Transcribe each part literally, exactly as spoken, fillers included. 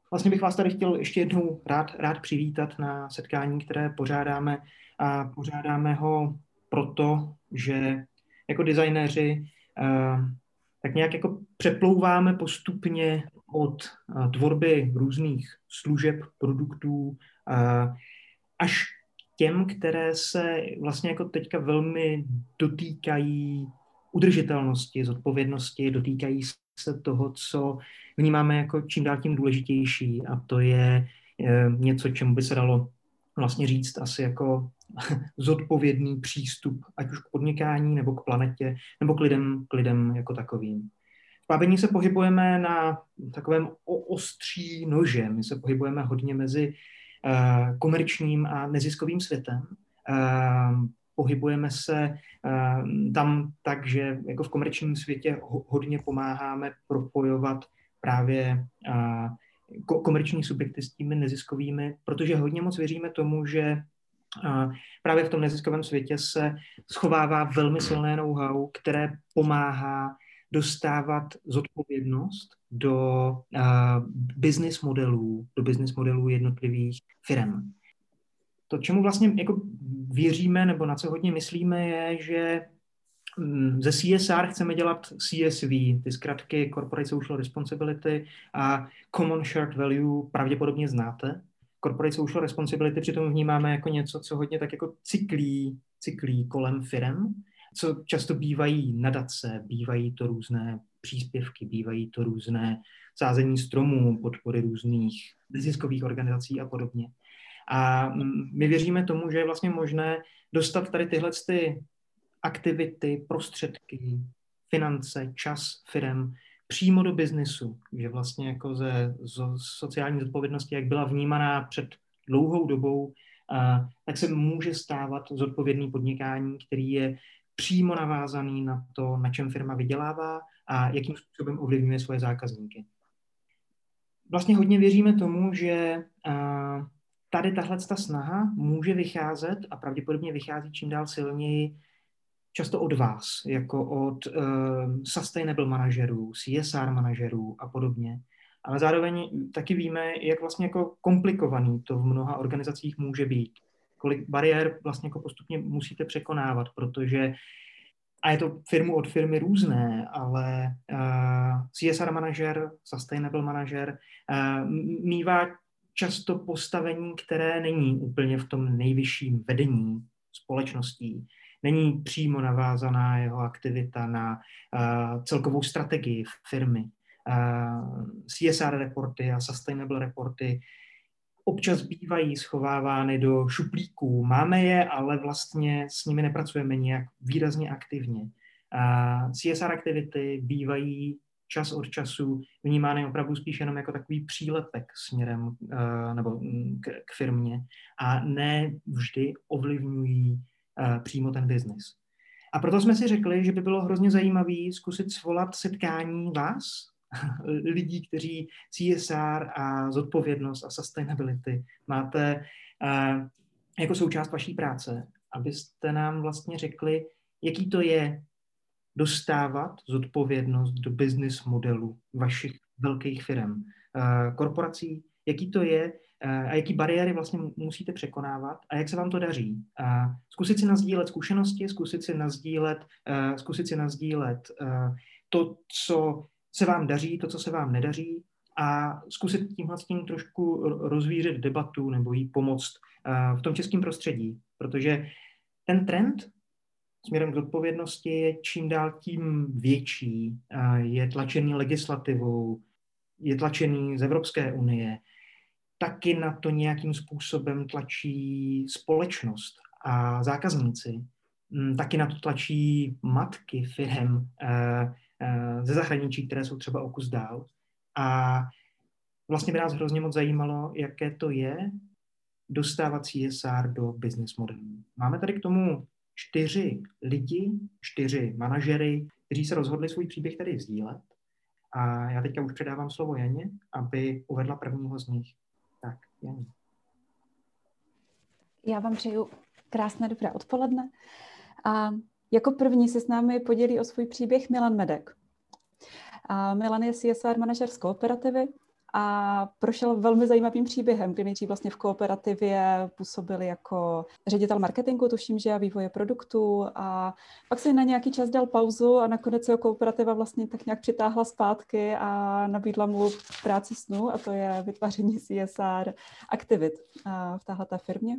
vlastně bych vás tady chtěl ještě jednou rád, rád přivítat na setkání, které pořádáme. A pořádáme ho proto, že jako designéři tak nějak jako přeplouváme postupně od tvorby různých služeb, produktů až těm, které se vlastně jako teďka velmi dotýkají udržitelnosti, zodpovědnosti, dotýkají se toho, co vnímáme jako čím dál tím důležitější, a to je něco, čemu by se dalo vlastně říct asi jako zodpovědný přístup, ať už k podnikání, nebo k planetě, nebo k lidem, k lidem jako takovým. V Pábení se pohybujeme na takovém ostří nože. My se pohybujeme hodně mezi uh, komerčním a neziskovým světem. Uh, pohybujeme se uh, tam tak, že jako v komerčním světě ho, hodně pomáháme propojovat právě uh, komerční subjekty s těmi neziskovými, protože hodně moc věříme tomu, že a právě v tom neziskovém světě se schovává velmi silné know-how, které pomáhá dostávat zodpovědnost do uh, business modelů, do business modelů jednotlivých firm. To, čemu vlastně jako věříme, nebo na co hodně myslíme, je, že ze C S R chceme dělat C S V, ty zkratky Corporate Social Responsibility a Common Shared Value pravděpodobně znáte. Corporate Social Responsibility přitom vnímáme jako něco, co hodně tak jako cyklí, cyklí kolem firem, co často bývají nadace, bývají to různé příspěvky, bývají to různé sázení stromů, podpory různých neziskových organizací a podobně. A my věříme tomu, že je vlastně možné dostat tady tyhle ty aktivity, prostředky, finance, čas firem přímo do biznisu, že vlastně jako ze, ze sociální zodpovědnosti, jak byla vnímaná před dlouhou dobou, a, tak se může stávat zodpovědný podnikání, který je přímo navázaný na to, na čem firma vydělává a jakým způsobem ovlivňuje svoje zákazníky. Vlastně hodně věříme tomu, že a, tady tahle ta snaha může vycházet a pravděpodobně vychází čím dál silněji často od vás, jako od uh, sustainable manažerů, C S R manažerů a podobně. Ale zároveň taky víme, jak vlastně jako komplikovaný to v mnoha organizacích může být. Kolik bariér vlastně jako postupně musíte překonávat, protože, a je to firmu od firmy různé, ale uh, C S R manažer, sustainable manažer uh, mívá často postavení, které není úplně v tom nejvyšším vedení společností. Není přímo navázaná jeho aktivita na uh, celkovou strategii firmy. Uh, C S R reporty a sustainable reporty občas bývají schovávány do šuplíků. Máme je, ale vlastně s nimi nepracujeme nějak výrazně aktivně. Uh, C S R aktivity bývají čas od času vnímány opravdu spíš jenom jako takový přílepek směrem uh, nebo k, k firmě a ne vždy ovlivňují přímo ten biznis. A proto jsme si řekli, že by bylo hrozně zajímavé zkusit svolat setkání vás, lidí, kteří C S R a zodpovědnost a sustainability máte uh, jako součást vaší práce, abyste nám vlastně řekli, jaký to je dostávat zodpovědnost do business modelu vašich velkých firm, uh, korporací, jaký to je a jaký bariéry vlastně musíte překonávat a jak se vám to daří. A zkusit si nasdílet zkušenosti, zkusit si nasdílet, uh, zkusit si nasdílet uh, to, co se vám daří, to, co se vám nedaří a zkusit tímhle s tím trošku rozvířit debatu nebo jí pomoct uh, v tom českém prostředí, protože ten trend směrem k zodpovědnosti je čím dál tím větší, uh, je tlačený legislativou, je tlačený z Evropské unie, taky na to nějakým způsobem tlačí společnost a zákazníci. Taky na to tlačí matky firem ze zahraničí, které jsou třeba o kus dál. A vlastně by nás hrozně moc zajímalo, jaké to je dostávat C S R do business modelů. Máme tady k tomu čtyři lidi, čtyři manažery, kteří se rozhodli svůj příběh tady sdílet. A já teďka už předávám slovo Janě, aby uvedla prvního z nich. Tak, Janě. Já vám přeju krásné dobré odpoledne. A jako první se s námi podělí o svůj příběh Milan Medek. A Milan je C S R manažer z Kooperativy a prošel velmi zajímavým příběhem, kdy nejdřív vlastně v kooperativě působil jako ředitel marketingu, tuším, že a vývoje produktu, a pak si na nějaký čas dal pauzu a nakonec jeho kooperativa vlastně tak nějak přitáhla zpátky a nabídla mu práci snu, a to je vytváření C S R aktivit v téhleté firmě.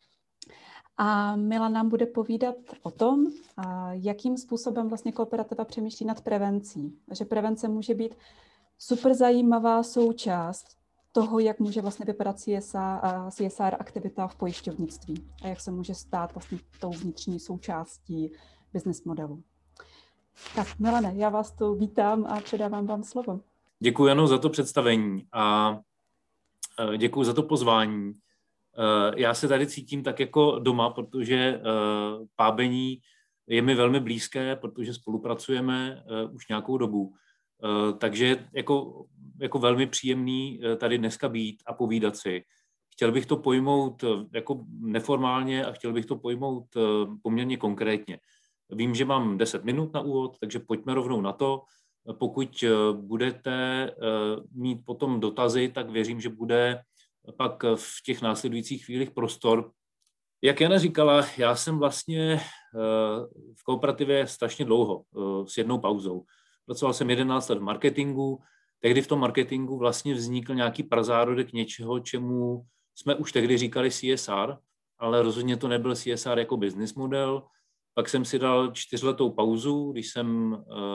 A Milan nám bude povídat o tom, jakým způsobem vlastně kooperativa přemýšlí nad prevencí. Že prevence může být super zajímavá součást toho, jak může vlastně vypadat C S R aktivita v pojišťovnictví a jak se může stát vlastně tou vnitřní součástí business modelu. Tak, Milane, já vás tu vítám a předávám vám slovo. Děkuji, Jano, za to představení a děkuji za to pozvání. Já se tady cítím tak jako doma, protože pábení je mi velmi blízké, protože spolupracujeme už nějakou dobu. Takže jako, jako velmi příjemný tady dneska být a povídat si. Chtěl bych to pojmout jako neformálně a chtěl bych to pojmout poměrně konkrétně. Vím, že mám deset minut na úvod, takže pojďme rovnou na to. Pokud budete mít potom dotazy, tak věřím, že bude pak v těch následujících chvílích prostor. Jak Jana říkala, já jsem vlastně v kooperativě strašně dlouho, s jednou pauzou. Pracoval jsem jedenáct let v marketingu, tehdy v tom marketingu vlastně vznikl nějaký prazárodek něčeho, čemu jsme už tehdy říkali C S R, ale rozhodně to nebyl C S R jako business model. Pak jsem si dal čtyřletou pauzu, když jsem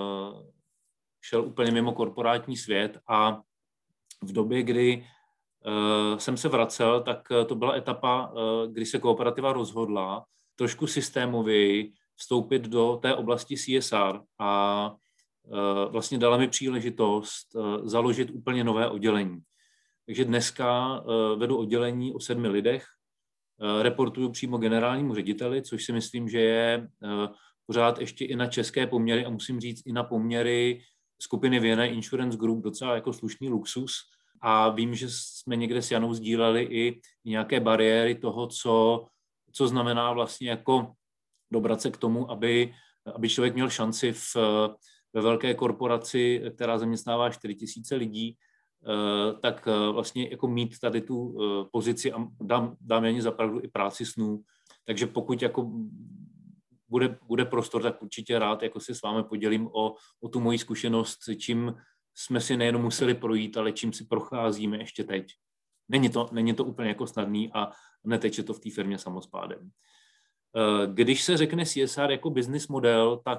šel úplně mimo korporátní svět, a v době, kdy jsem se vracel, tak to byla etapa, kdy se kooperativa rozhodla trošku systémověji vstoupit do té oblasti C S R a vlastně dala mi příležitost založit úplně nové oddělení. Takže dneska vedu oddělení o sedmi lidech, reportuju přímo generálnímu řediteli, což si myslím, že je pořád ještě i na české poměry a musím říct i na poměry skupiny V N A Insurance Group docela jako slušný luxus. A vím, že jsme někde s Janou sdíleli i nějaké bariéry toho, co, co znamená vlastně jako dobrat se k tomu, aby, aby člověk měl šanci v, ve velké korporaci, která zaměstnává čtyři tisíce lidí, tak vlastně jako mít tady tu pozici a dám, dám Janě za pravdu i práci snů. Takže pokud jako bude, bude prostor, tak určitě rád jako si s vámi podělím o, o tu moji zkušenost, čím jsme si nejenom museli projít, ale čím si procházíme ještě teď. Není to, není to úplně jako snadný a neteče to v té firmě samospádem. Když se řekne C S R jako business model, tak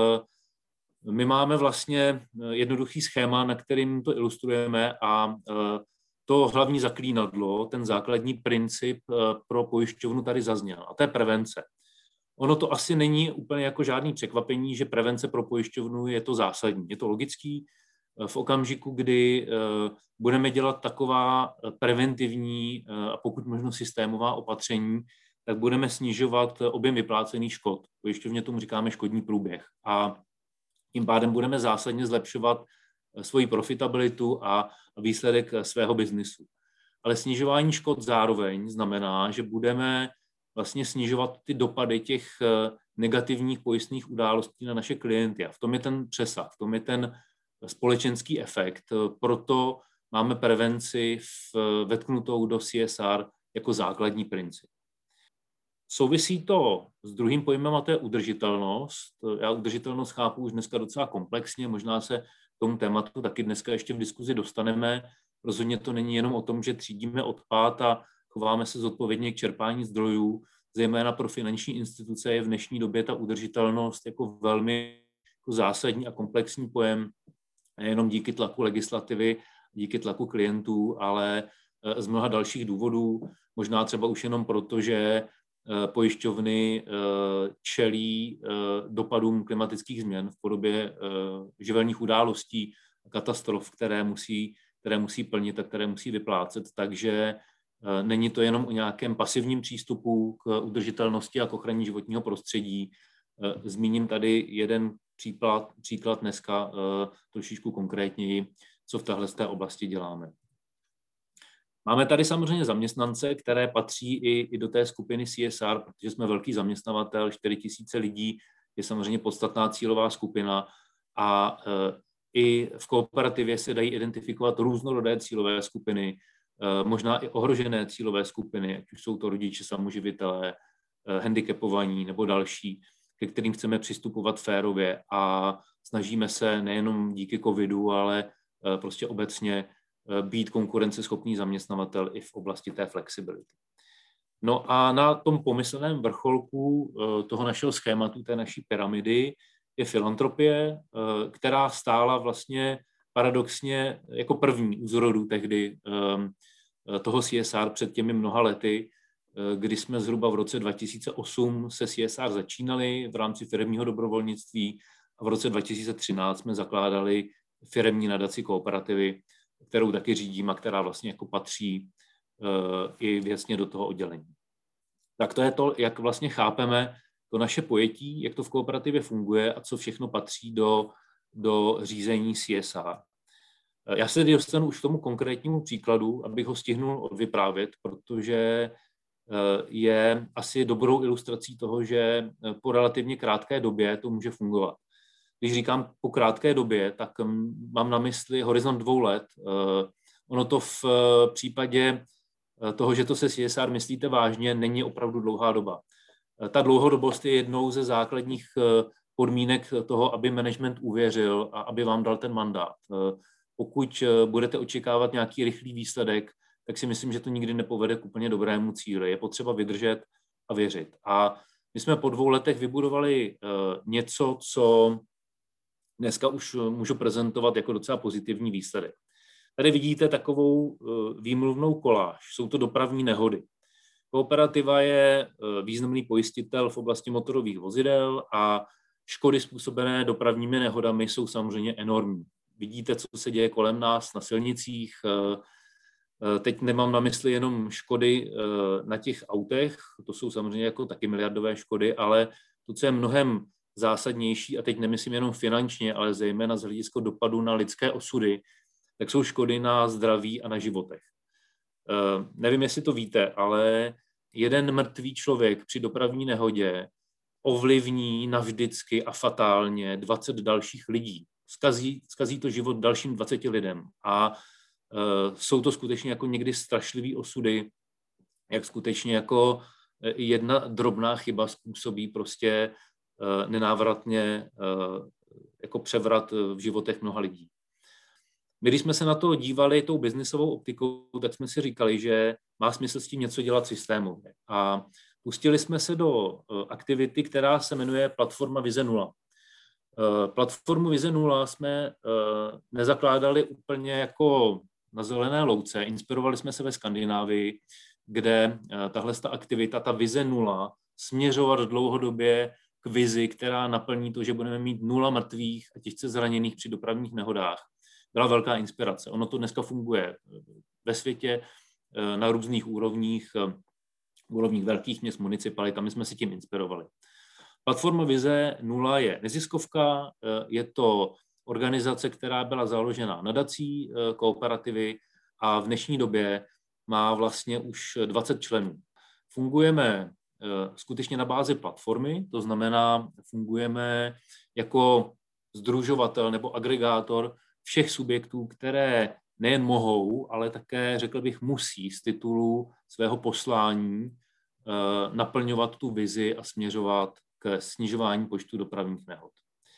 my máme vlastně jednoduchý schéma, na kterým to ilustrujeme, a to hlavní zaklínadlo, ten základní princip pro pojišťovnu tady zazněl, a to je prevence. Ono to asi není úplně jako žádný překvapení, že prevence pro pojišťovnu je to zásadní. Je to logický. V okamžiku, kdy budeme dělat taková preventivní a pokud možno systémová opatření, tak budeme snižovat objem vyplácených škod. Pojišťovně tomu říkáme škodní průběh. A tím pádem budeme zásadně zlepšovat svoji profitabilitu a výsledek svého biznisu. Ale snižování škod zároveň znamená, že budeme vlastně snižovat ty dopady těch negativních pojistných událostí na naše klienty. A v tom je ten přesah, v tom je ten společenský efekt. Proto máme prevenci v, vetknutou do C S R jako základní princip. Souvisí to s druhým pojmem, a to je udržitelnost. Já udržitelnost chápu už dneska docela komplexně, možná se k tomu tématu taky dneska ještě v diskuzi dostaneme. Rozhodně to není jenom o tom, že třídíme odpad a chováme se zodpovědně k čerpání zdrojů. Zejména pro finanční instituce je v dnešní době ta udržitelnost jako velmi jako zásadní a komplexní pojem, nejenom díky tlaku legislativy, díky tlaku klientů, ale z mnoha dalších důvodů. Možná třeba už jenom proto, že pojišťovny čelí dopadům klimatických změn v podobě živelních událostí, katastrof, které musí, které musí plnit a které musí vyplácet. Takže není to jenom o nějakém pasivním přístupu k udržitelnosti a k ochraně životního prostředí. Zmíním tady jeden příklad, příklad dneska trošičku konkrétněji, co v téhle té oblasti děláme. Máme tady samozřejmě zaměstnance, které patří i, i do té skupiny C S R, protože jsme velký zaměstnavatel, čtyři tisíce lidí je samozřejmě podstatná cílová skupina a i v kooperativě se dají identifikovat různorodé cílové skupiny, možná i ohrožené cílové skupiny, ať už jsou to rodiče, samoživitelé, handicapovaní nebo další, ke kterým chceme přistupovat férově a snažíme se nejenom díky covidu, ale prostě obecně být konkurenceschopný zaměstnavatel i v oblasti té flexibility. No a na tom pomyslném vrcholku toho našeho schématu, té naší pyramidy, je filantropie, která stála vlastně paradoxně jako první u zrodu tehdy toho C S R před těmi mnoha lety, kdy jsme zhruba v roce dva tisíce osm se C S R začínali v rámci firemního dobrovolnictví a v roce dva tisíce třináct jsme zakládali firemní nadaci kooperativy, kterou taky řídím a která vlastně jako patří uh, i věcně do toho oddělení. Tak to je to, jak vlastně chápeme to naše pojetí, jak to v kooperativě funguje a co všechno patří do, do řízení C S R. Já se tedy dostanu už k tomu konkrétnímu příkladu, abych ho stihnul odvyprávět, protože je asi dobrou ilustrací toho, že po relativně krátké době to může fungovat. Když říkám po krátké době, tak mám na mysli horizont dvou let. Ono to v případě toho, že to se C S R myslíte vážně, není opravdu dlouhá doba. Ta dlouhodobost je jednou ze základních podmínek toho, aby management uvěřil a aby vám dal ten mandát. Pokud budete očekávat nějaký rychlý výsledek, tak si myslím, že to nikdy nepovede k úplně dobrému cíli. Je potřeba vydržet a věřit. A my jsme po dvou letech vybudovali něco, co dneska už můžu prezentovat jako docela pozitivní výsledek. Tady vidíte takovou výmluvnou koláž. Jsou to dopravní nehody. Kooperativa je významný pojistitel v oblasti motorových vozidel a škody způsobené dopravními nehodami jsou samozřejmě enormní. Vidíte, co se děje kolem nás na silnicích. Teď nemám na mysli jenom škody na těch autech, to jsou samozřejmě jako taky miliardové škody, ale to, co je mnohem zásadnější, a teď nemyslím jenom finančně, ale zejména z hlediska dopadu na lidské osudy, tak jsou škody na zdraví a na životech. Nevím, jestli to víte, ale jeden mrtvý člověk při dopravní nehodě ovlivní navždycky a fatálně dvacet dalších lidí. Zkazí, zkazí to život dalším dvaceti lidem. A uh, jsou to skutečně jako někdy strašlivý osudy, jak skutečně jako jedna drobná chyba způsobí prostě uh, nenávratně uh, jako převrat v životech mnoha lidí. My, když jsme se na to dívali tou biznisovou optikou, tak jsme si říkali, že má smysl s tím něco dělat systémově. A pustili jsme se do aktivity, která se jmenuje Platforma Vize nula. Platformu Vize nula jsme nezakládali úplně jako na zelené louce. Inspirovali jsme se ve Skandinávii, kde tahle aktivita, ta Vize nula, směřovat dlouhodobě k vizi, která naplní to, že budeme mít nula mrtvých a těžce zraněných při dopravních nehodách. Byla velká inspirace. Ono to dneska funguje ve světě na různých úrovních, úrovních velkých měst, municipalit, a my jsme si tím inspirovali. Platforma Vize nula je neziskovka, je to organizace, která byla založena nadací kooperativy a v dnešní době má vlastně už dvacet členů. Fungujeme skutečně na bázi platformy, to znamená, fungujeme jako sdružovatel nebo agregátor všech subjektů, které nejen mohou, ale také, řekl bych, musí z titulu svého poslání uh, naplňovat tu vizi a směřovat k snižování počtu dopravních nehod.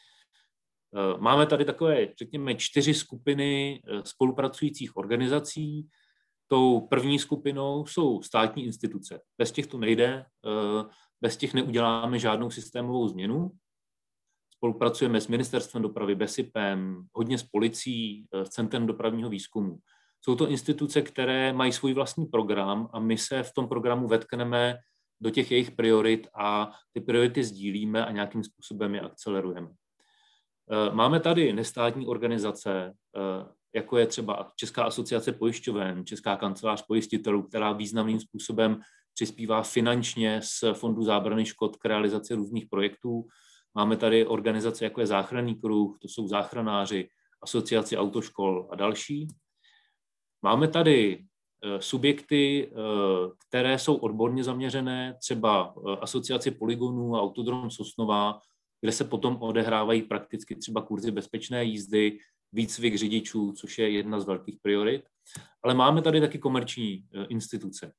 Uh, máme tady takové, řekněme, čtyři skupiny uh, spolupracujících organizací. Tou první skupinou jsou státní instituce. Bez těch to nejde, uh, bez těch neuděláme žádnou systémovou změnu. Spolupracujeme s Ministerstvem dopravy, BESIPem, hodně s policií, s Centrem dopravního výzkumu. Jsou to instituce, které mají svůj vlastní program a my se v tom programu vetkneme do těch jejich priorit a ty priority sdílíme a nějakým způsobem je akcelerujeme. Máme tady nestátní organizace, jako je třeba Česká asociace pojišťoven, Česká kancelář pojistitelů, která významným způsobem přispívá finančně z Fondu zábrany škod k realizaci různých projektů. Máme tady organizace, jako je Záchranný kruh, to jsou záchranáři, asociaci autoškol a další. Máme tady subjekty, které jsou odborně zaměřené, třeba asociaci Polygonů a Autodrom Sosnová, kde se potom odehrávají prakticky třeba kurzy bezpečné jízdy, výcvik řidičů, což je jedna z velkých priorit. Ale máme tady taky komerční instituce.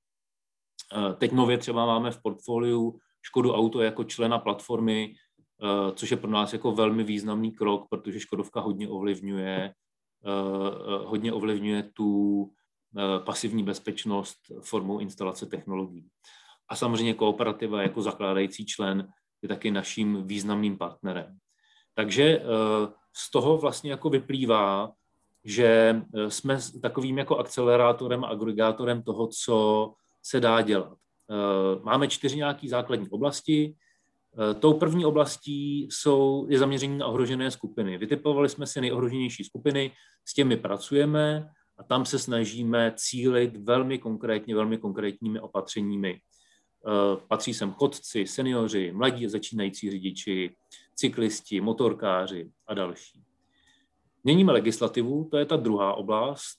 Teď nově třeba máme v portfoliu Škodu Auto jako člena platformy, což je pro nás jako velmi významný krok, protože Škodovka hodně ovlivňuje, hodně ovlivňuje tu pasivní bezpečnost formou instalace technologií. A samozřejmě Kooperativa jako zakládající člen je taky naším významným partnerem. Takže z toho vlastně jako vyplývá, že jsme takovým jako akcelerátorem a agregátorem toho, co se dá dělat. Máme čtyři nějaké základní oblasti. Tou první oblastí jsou, je zaměření na ohrožené skupiny. Vytipovali jsme si nejohroženější skupiny, s těmi pracujeme a tam se snažíme cílit velmi konkrétně, velmi konkrétními opatřeními. Patří sem chodci, seniori, mladí začínající řidiči, cyklisti, motorkáři a další. Měníme legislativu, to je ta druhá oblast.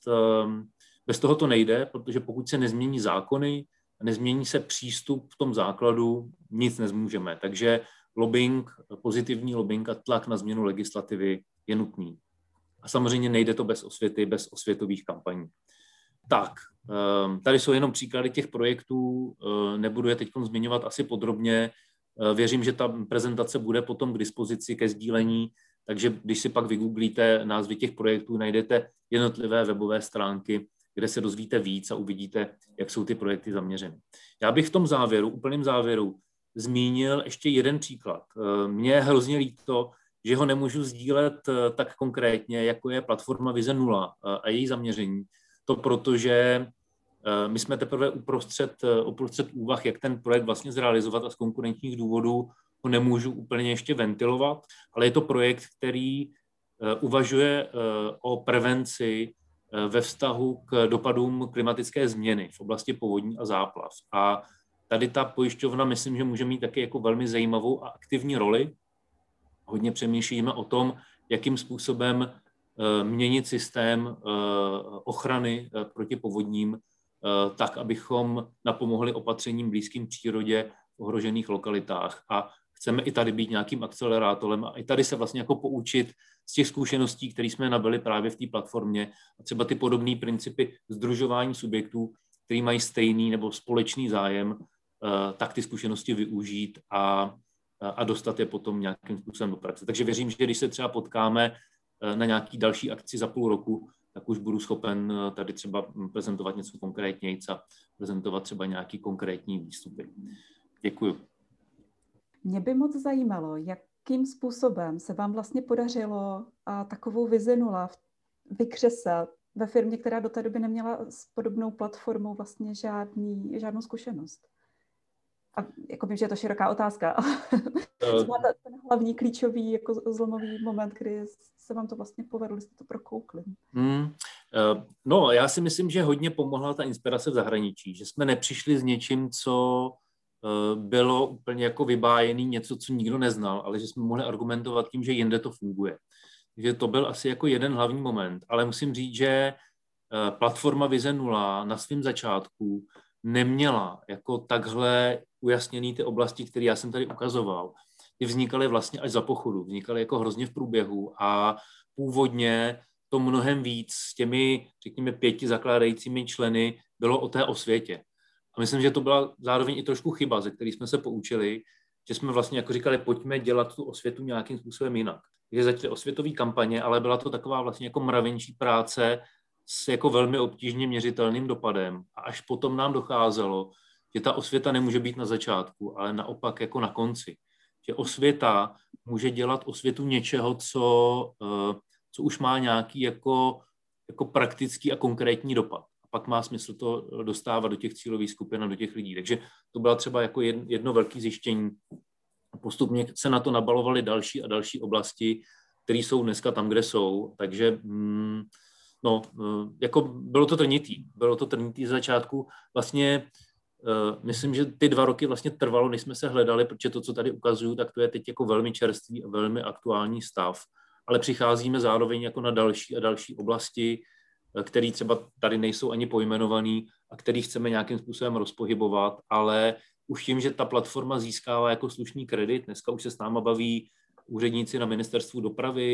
Bez toho to nejde, protože pokud se nezmění zákony, nezmění se přístup v tom základu, nic nezmůžeme. Takže lobbying, pozitivní lobbying a tlak na změnu legislativy je nutný. A samozřejmě nejde to bez osvěty, bez osvětových kampaní. Tak, tady jsou jenom příklady těch projektů, nebudu je teď zmiňovat asi podrobně. Věřím, že ta prezentace bude potom k dispozici ke sdílení, takže když si pak vygooglíte názvy těch projektů, najdete jednotlivé webové stránky, kde se dozvíte víc a uvidíte, jak jsou ty projekty zaměřeny. Já bych v tom závěru, úplným závěru, zmínil ještě jeden příklad. Mně je hrozně líto, že ho nemůžu sdílet tak konkrétně, jako je platforma Vize nula a její zaměření. To protože my jsme teprve uprostřed, uprostřed úvah, jak ten projekt vlastně zrealizovat a z konkurenčních důvodů ho nemůžu úplně ještě ventilovat, ale je to projekt, který uvažuje o prevenci ve vztahu k dopadům klimatické změny v oblasti povodní a záplav. A tady ta pojišťovna, myslím, že může mít taky jako velmi zajímavou a aktivní roli. Hodně přemýšlíme o tom, jakým způsobem měnit systém ochrany proti povodním tak, abychom napomohli opatřením blízkým přírodě v ohrožených lokalitách. A chceme i tady být nějakým akcelerátorem a i tady se vlastně jako poučit z těch zkušeností, které jsme nabili právě v té platformě a třeba ty podobné principy sdružování subjektů, který mají stejný nebo společný zájem, tak ty zkušenosti využít a, a dostat je potom nějakým způsobem do praxe. Takže věřím, že když se třeba potkáme na nějaký další akci za půl roku, tak už budu schopen tady třeba prezentovat něco konkrétněji a prezentovat třeba nějaký konkrétní výstupy. Děkuju. Mě by moc zajímalo, jakým způsobem se vám vlastně podařilo a takovou Vizi nula vykřesat ve firmě, která do té doby neměla s podobnou platformou vlastně žádný, žádnou zkušenost. A jako vím, že je to široká otázka, co má ten hlavní klíčový jako zlomový moment, kdy se vám to vlastně povedlo, jste to prokoukli? Hmm, uh, no, já si myslím, že hodně pomohla ta inspirace v zahraničí, že jsme nepřišli s něčím, co uh, bylo úplně jako vybájený, něco, co nikdo neznal, ale že jsme mohli argumentovat tím, že jinde to funguje. Takže to byl asi jako jeden hlavní moment, ale musím říct, že uh, platforma Vize nula na svém začátku neměla jako takhle ujasněný ty oblasti, které já jsem tady ukazoval. Ty vznikaly vlastně až za pochodu, vznikaly jako hrozně v průběhu a původně to mnohem víc s těmi, řekněme, pěti zakládajícími členy bylo o té osvětě. A myslím, že to byla zároveň i trošku chyba, ze které jsme se poučili, že jsme vlastně jako říkali, pojďme dělat tu osvětu nějakým způsobem jinak. Takže začaly osvětové kampaně, ale byla to taková vlastně jako mravenčí práce s jako velmi obtížně měřitelným dopadem. A až potom nám docházelo, že ta osvěta nemůže být na začátku, ale naopak jako na konci. Že osvěta může dělat osvětu něčeho, co, co už má nějaký jako, jako praktický a konkrétní dopad. A pak má smysl to dostávat do těch cílových skupin a do těch lidí. Takže to byla třeba jako jedno velké zjištění. Postupně se na to nabalovaly další a další oblasti, které jsou dneska tam, kde jsou. Takže mm, no, jako bylo to trnitý. Bylo to trnitý z začátku. Vlastně myslím, že ty dva roky vlastně trvalo, než jsme se hledali, protože to, co tady ukazuju, tak to je teď jako velmi čerstvý a velmi aktuální stav. Ale přicházíme zároveň jako na další a další oblasti, které třeba tady nejsou ani pojmenovaný a který chceme nějakým způsobem rozpohybovat, ale už tím, že ta platforma získává jako slušný kredit, dneska už se s náma baví úředníci na ministerstvu dopravy,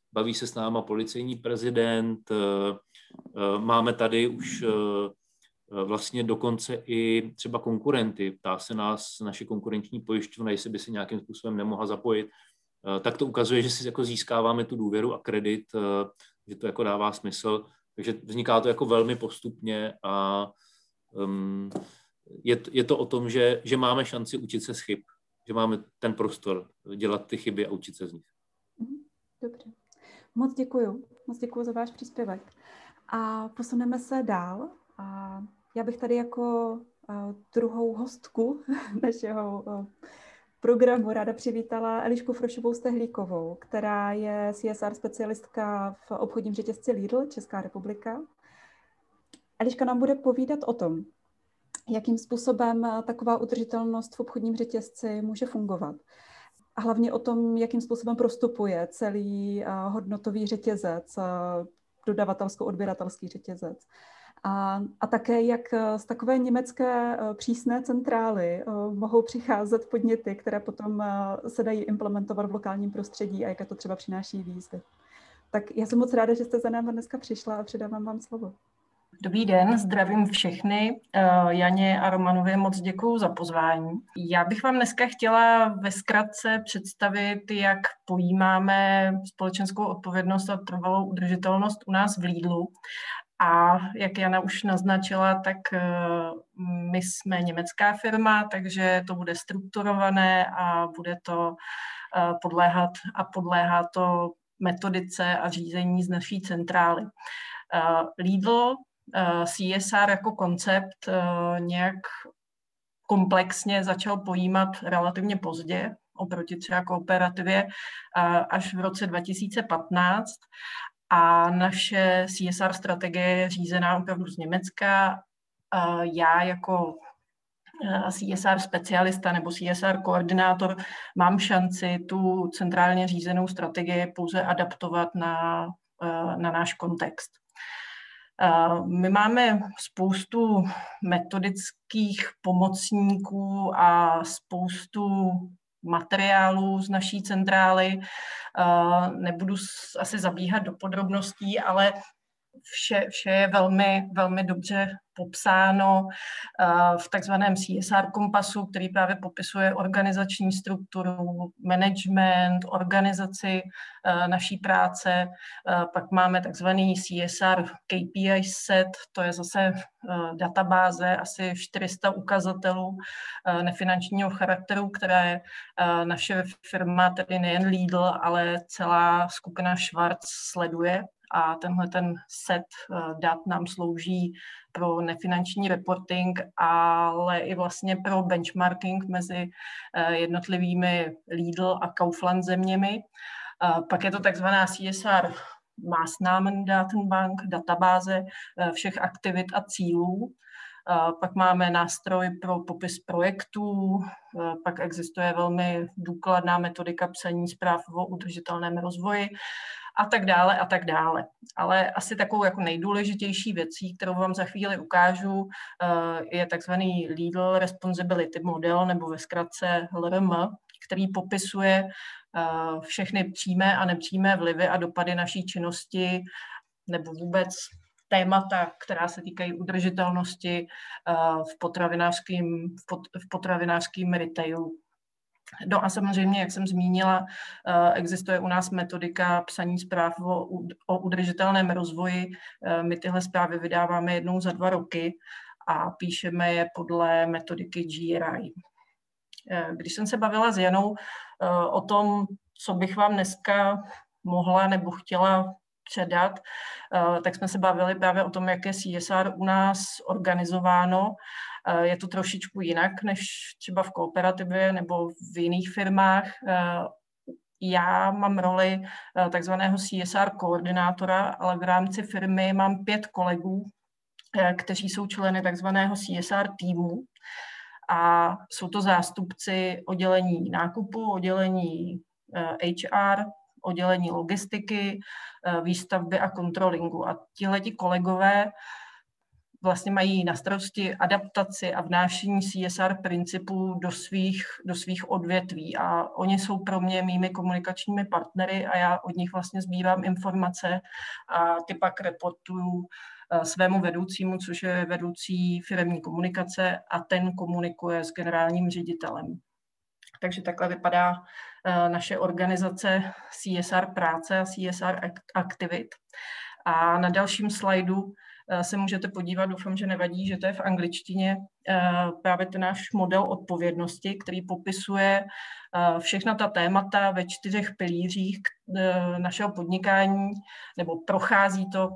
baví se s náma policejní prezident, máme tady už vlastně dokonce i třeba konkurenty. Ptá se nás naše konkurenční pojišťovna, jestli by si nějakým způsobem nemohla zapojit. Tak to ukazuje, že si jako získáváme tu důvěru a kredit, že to jako dává smysl. Takže vzniká to jako velmi postupně a um, je, je to o tom, že, že máme šanci učit se z chyb, že máme ten prostor dělat ty chyby a učit se z nich. Dobře. Moc děkuju. Moc děkuju za váš příspěvek. A posuneme se dál. A já bych tady jako uh, druhou hostku našeho uh, programu ráda přivítala Elišku Frošovou-Stehlíkovou, která je C S R specialistka v obchodním řetězci Lidl, Česká republika. Eliška nám bude povídat o tom, jakým způsobem taková udržitelnost v obchodním řetězci může fungovat. A hlavně o tom, jakým způsobem prostupuje celý uh, hodnotový řetězec, uh, dodavatelsko-odběratelský řetězec. A, a také, jak z takové německé přísné centrály mohou přicházet podněty, které potom se dají implementovat v lokálním prostředí a jaké to třeba přináší výzvy. Tak já jsem moc ráda, že jste za námi dneska přišla a předávám vám slovo. Dobrý den, zdravím všechny. Janě a Romanově moc děkuju za pozvání. Já bych vám dneska chtěla ve zkratce představit, jak pojímáme společenskou odpovědnost a trvalou udržitelnost u nás v Lidlu. A jak Jana už naznačila, tak my jsme německá firma, takže to bude strukturované a bude to podléhat a podléhá to metodice a řízení z naší centrály. Lidl C S R jako koncept nějak komplexně začal pojímat relativně pozdě, oproti třeba kooperativě, až v roce dva tisíce patnáct. A naše C S R strategie je řízená opravdu z Německa. Já jako C S R specialista nebo C S R koordinátor mám šanci tu centrálně řízenou strategii pouze adaptovat na, na náš kontext. My máme spoustu metodických pomocníků a spoustu materiálů z naší centrály. Nebudu asi zabíhat do podrobností, ale vše, vše je velmi, velmi dobře popsáno v takzvaném C S R kompasu, který právě popisuje organizační strukturu, management, organizaci naší práce. Pak máme takzvaný C S R K P I set, to je zase databáze, asi čtyři sta ukazatelů nefinančního charakteru, které naše firma, tedy nejen Lidl, ale celá skupina Schwarz sleduje. A tenhle ten set dat nám slouží pro nefinanční reporting, ale i vlastně pro benchmarking mezi jednotlivými Lidl a Kaufland zeměmi. Pak je to takzvaná C S R Maßnahmendatenbank, databáze všech aktivit a cílů. Pak máme nástroj pro popis projektů, pak existuje velmi důkladná metodika psaní zpráv o udržitelném rozvoji a tak dále a tak dále. Ale asi takovou jako nejdůležitější věcí, kterou vám za chvíli ukážu, je takzvaný Lidl Responsibility Model, nebo ve zkratce L R M, který popisuje všechny přímé a nepřímé vlivy a dopady naší činnosti nebo vůbec témata, která se týkají udržitelnosti v potravinářském, v potravinářském retailu. No a samozřejmě, jak jsem zmínila, existuje u nás metodika psaní zpráv o, o udržitelném rozvoji. My tyhle zprávy vydáváme jednou za dva roky a píšeme je podle metodiky G R I. Když jsem se bavila s Janou o tom, co bych vám dneska mohla nebo chtěla předat, tak jsme se bavili právě o tom, jak je C S R u nás organizováno. Je to trošičku jinak než třeba v kooperativě nebo v jiných firmách. Já mám roli takzvaného C S R koordinátora, ale v rámci firmy mám pět kolegů, kteří jsou členy takzvaného C S R týmu. A jsou to zástupci oddělení nákupu, oddělení H R, oddělení logistiky, výstavby a kontrolingu. A tihleti kolegové vlastně mají na starosti adaptaci a vnášení C S R principů do svých, do svých odvětví. A oni jsou pro mě mými komunikačními partnery a já od nich vlastně sbírám informace a ty pak reportuju svému vedoucímu, což je vedoucí firemní komunikace, a ten komunikuje s generálním ředitelem. Takže takhle vypadá naše organizace C S R práce a C S R aktivit. A na dalším slajdu se můžete podívat, doufám, že nevadí, že to je v angličtině, právě ten náš model odpovědnosti, který popisuje všechna ta témata ve čtyřech pilířích našeho podnikání, nebo prochází to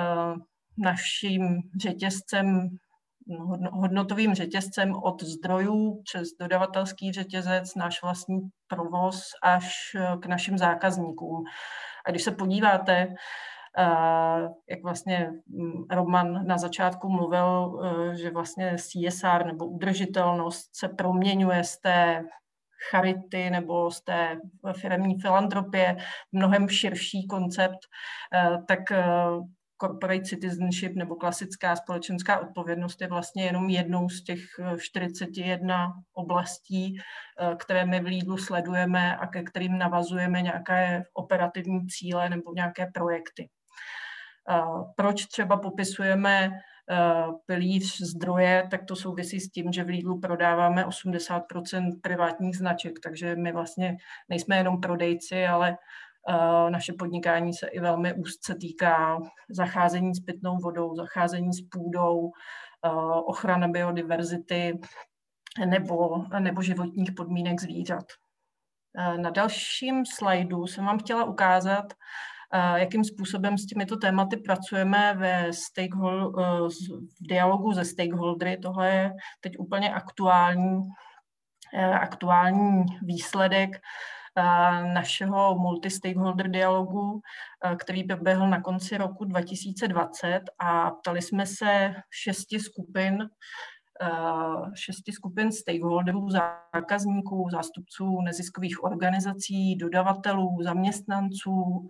naším řetězcem, hodnotovým řetězcem od zdrojů přes dodavatelský řetězec, náš vlastní provoz až k našim zákazníkům. A když se podíváte, jak vlastně Roman na začátku mluvil, že vlastně C S R nebo udržitelnost se proměňuje z té charity nebo z té firemní filantropie v mnohem širší koncept, tak corporate citizenship nebo klasická společenská odpovědnost je vlastně jenom jednou z těch čtyřiceti jedné oblastí, které my v Lidlu sledujeme a ke kterým navazujeme nějaké operativní cíle nebo nějaké projekty. Proč třeba popisujeme pilíř zdroje, tak to souvisí s tím, že v Lidlu prodáváme osmdesát procent privátních značek, takže my vlastně nejsme jenom prodejci, ale naše podnikání se i velmi úzce týká zacházení s pitnou vodou, zacházení s půdou, ochrana biodiverzity nebo, nebo životních podmínek zvířat. Na dalším slajdu jsem vám chtěla ukázat, jakým způsobem s těmito tématy pracujeme ve stakehold, v dialogu se stakeholdery. Tohle je teď úplně aktuální, aktuální výsledek našeho multi-stakeholder dialogu, který proběhl na konci roku dva tisíce dvacet, a ptali jsme se šesti skupin, šesti skupin stakeholderů, zákazníků, zástupců neziskových organizací, dodavatelů, zaměstnanců,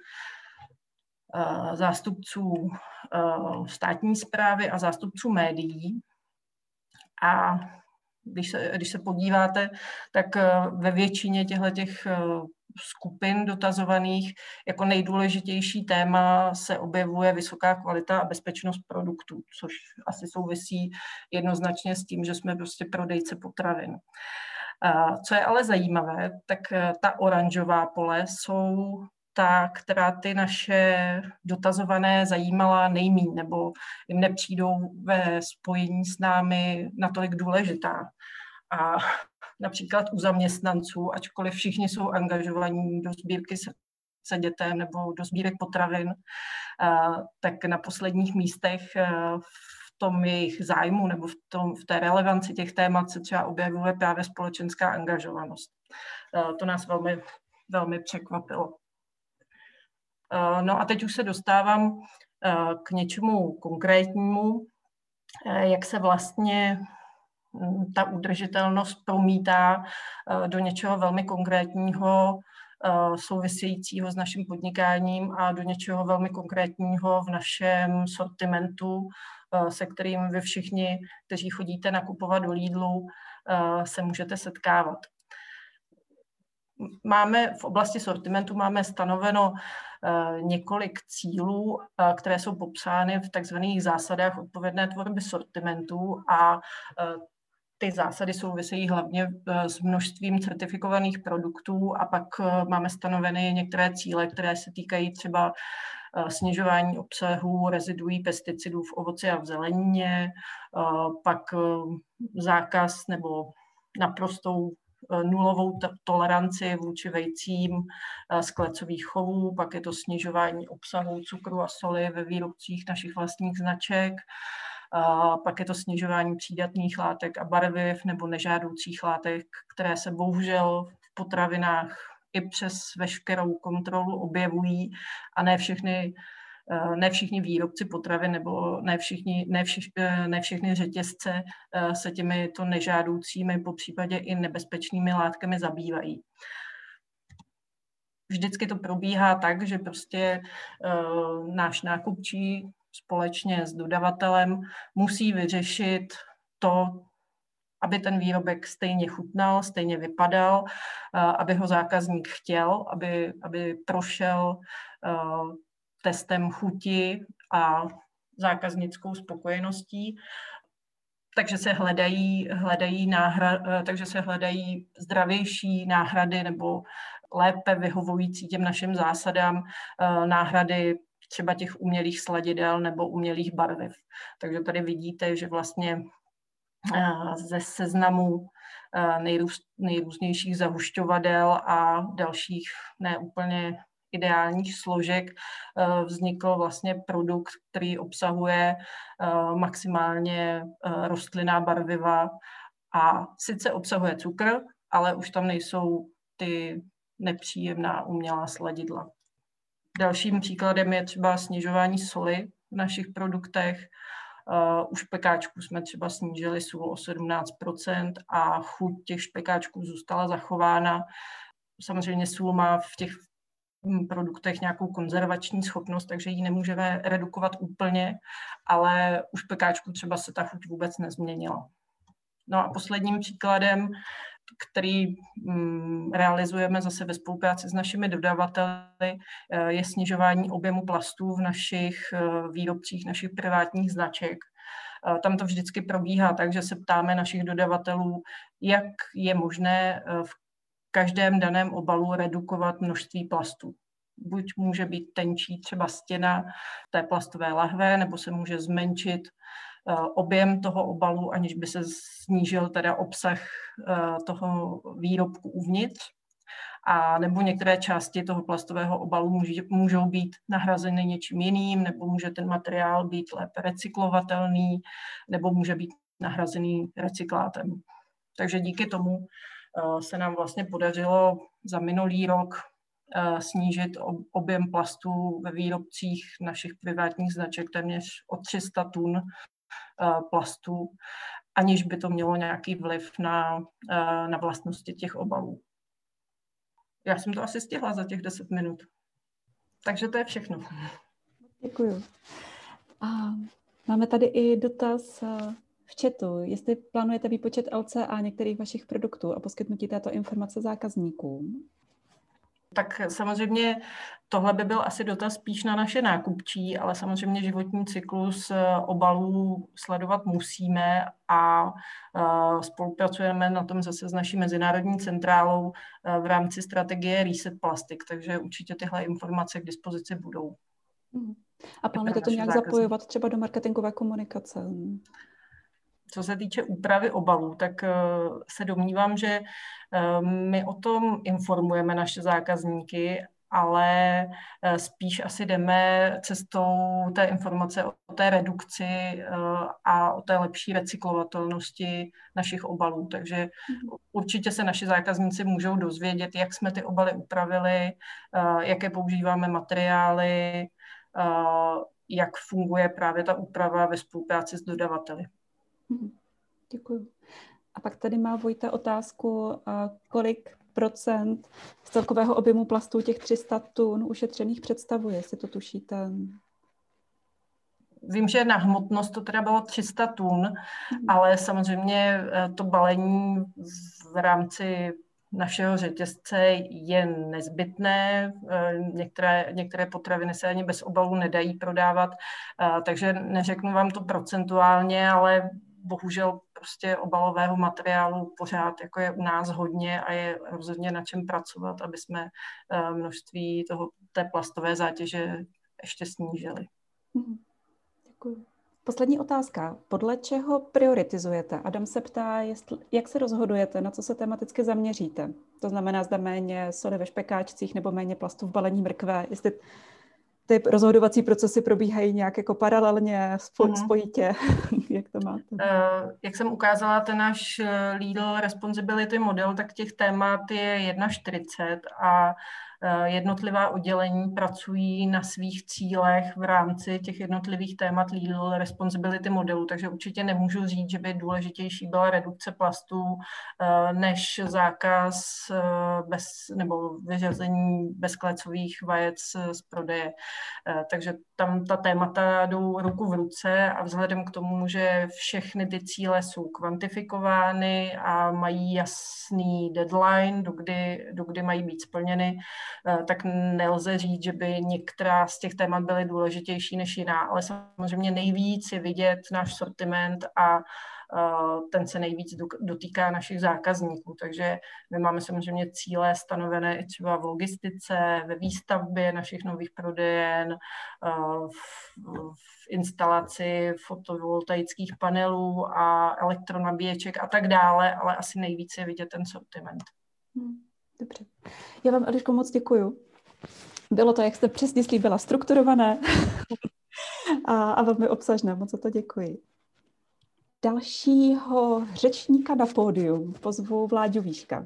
zástupců státní správy a zástupců médií. A Když se, když se podíváte, tak ve většině těchto skupin dotazovaných jako nejdůležitější téma se objevuje vysoká kvalita a bezpečnost produktů, což asi souvisí jednoznačně s tím, že jsme prostě prodejce potravin. Co je ale zajímavé, tak ta oranžová pole jsou ta, která ty naše dotazované zajímala nejmíň, nebo jim nepřijdou ve spojení s námi natolik důležitá. A například u zaměstnanců, ačkoliv všichni jsou angažovaní do sbírky srdce dětem nebo do sbírek potravin, tak na posledních místech v tom jejich zájmu nebo v, tom, v té relevanci těch témat se třeba objevuje právě společenská angažovanost. To nás velmi, velmi překvapilo. No a teď už se dostávám k něčemu konkrétnímu, jak se vlastně ta udržitelnost promítá do něčeho velmi konkrétního, souvisejícího s naším podnikáním a do něčeho velmi konkrétního v našem sortimentu, se kterým vy všichni, kteří chodíte nakupovat do Lidlu, se můžete setkávat. Máme v oblasti sortimentu máme stanoveno několik cílů, které jsou popsány v takzvaných zásadách odpovědné tvorby sortimentu, a ty zásady souvisejí hlavně s množstvím certifikovaných produktů, a pak máme stanoveny některé cíle, které se týkají třeba snižování obsahu reziduí pesticidů v ovoci a v zelenině, pak zákaz nebo naprostou nulovou toleranci vůči vejcím z klecových chovů, pak je to snižování obsahu cukru a soli ve výrobcích našich vlastních značek, pak je to snižování přídatných látek a barviv nebo nežádoucích látek, které se bohužel v potravinách i přes veškerou kontrolu objevují, a ne všechny Ne všichni výrobci potravin nebo ne, všichni, ne, vši, ne všechny řetězce se těmito nežádoucími, popřípadě i nebezpečnými látkami zabývají. Vždycky to probíhá tak, že prostě uh, náš nákupčí společně s dodavatelem musí vyřešit to, aby ten výrobek stejně chutnal, stejně vypadal, aby ho zákazník chtěl, aby, aby prošel testem chuti a zákaznickou spokojeností. Takže se hledají, hledají náhra, takže se hledají zdravější náhrady nebo lépe vyhovující těm našim zásadám náhrady třeba těch umělých sladidel nebo umělých barviv. Takže tady vidíte, že vlastně ze seznamu nejrůz, nejrůznějších zahušťovadel a dalších neúplně ideálních složek vznikl vlastně produkt, který obsahuje maximálně rostlinná barviva a sice obsahuje cukr, ale už tam nejsou ty nepříjemná umělá sladidla. Dalším příkladem je třeba snižování soli v našich produktech. U špekáčků jsme třeba snížili sůl o sedmnáct procent a chuť těch špekáčků zůstala zachována. Samozřejmě sůl má v těch produktech nějakou konzervační schopnost, takže ji nemůžeme redukovat úplně, ale u špekáčků třeba se ta chuť vůbec nezměnila. No a posledním příkladem, který mm, realizujeme zase ve spolupráci s našimi dodavateli, je snižování objemu plastů v našich výrobcích, našich privátních značek. Tam to vždycky probíhá tak, že se ptáme našich dodavatelů, jak je možné v každém daném obalu redukovat množství plastů. Buď může být tenčí třeba stěna té plastové lahve, nebo se může zmenšit objem toho obalu, aniž by se snížil teda obsah toho výrobku uvnitř. A nebo některé části toho plastového obalu může, můžou být nahrazeny něčím jiným, nebo může ten materiál být lépe recyklovatelný, nebo může být nahrazený recyklátem. Takže díky tomu se nám vlastně podařilo za minulý rok snížit objem plastů ve výrobcích našich privátních značek téměř o tři sta tun plastů, aniž by to mělo nějaký vliv na, na vlastnosti těch obalů. Já jsem to asi stihla za těch deset minut. Takže to je všechno. Děkuju. A máme tady i dotaz v chatu, jestli plánujete výpočet L C A některých vašich produktů a poskytnutí této informace zákazníkům. Tak samozřejmě tohle by byl asi dotaz spíš na naše nákupčí, ale samozřejmě životní cyklus obalů sledovat musíme a spolupracujeme na tom zase s naší mezinárodní centrálou v rámci strategie Reset Plastic, takže určitě tyhle informace k dispozici budou. A plánujete to nějak zákazník. Zapojovat třeba do marketingové komunikace? Co se týče úpravy obalů, tak se domnívám, že my o tom informujeme naše zákazníky, ale spíš asi jdeme cestou té informace o té redukci a o té lepší recyklovatelnosti našich obalů. Takže určitě se naši zákazníci můžou dozvědět, jak jsme ty obaly upravili, jaké používáme materiály, jak funguje právě ta úprava ve spolupráci s dodavateli. Děkuji. A pak tady má Vojta otázku, kolik procent z celkového objemu plastů těch tři sta tun ušetřených představuje, jestli to tušíte? Vím, že na hmotnost to teda bylo tři sta tun, hmm. ale samozřejmě to balení v rámci našeho řetězce je nezbytné. Některé, některé potraviny se ani bez obalů nedají prodávat, takže neřeknu vám to procentuálně, ale bohužel prostě obalového materiálu pořád jako je u nás hodně a je rozhodně na čem pracovat, aby jsme množství toho, té plastové zátěže ještě snížili. Děkuji. Poslední otázka. Podle čeho prioritizujete? Adam se ptá, jestli, jak se rozhodujete, na co se tematicky zaměříte. To znamená, zda méně soli ve špekáčcích nebo méně plastu v balení mrkve. Jestli ty rozhodovací procesy probíhají nějak jako paralelně, spoj, spojitě. Jak to máte? Uh, jak jsem ukázala, ten náš Lidl Responsibility model, tak těch témat je čtyřicet jedna a jednotlivá oddělení pracují na svých cílech v rámci těch jednotlivých témat Lidl Responsibility modelu, takže určitě nemůžu říct, že by důležitější byla redukce plastů než zákaz bez, nebo vyřazení bezklecových vajec z prodeje. Takže tam ta témata jdou ruku v ruce a vzhledem k tomu, že všechny ty cíle jsou kvantifikovány a mají jasný deadline, dokdy, dokdy mají být splněny, tak nelze říct, že by některá z těch témat byly důležitější než jiná, ale samozřejmě nejvíc je vidět náš sortiment a ten se nejvíc dotýká našich zákazníků. Takže my máme samozřejmě cíle stanovené i třeba v logistice, ve výstavbě našich nových prodejen, v, v instalaci fotovoltaických panelů a elektronabíječek a tak dále, ale asi nejvíc je vidět ten sortiment. Dobře. Já vám, Eliško, moc děkuju. Bylo to, jak jste přesně slíbila, strukturované a, a velmi obsažné. Moc za to děkuji. Dalšího řečníka na pódium pozvu Vláďu Víška.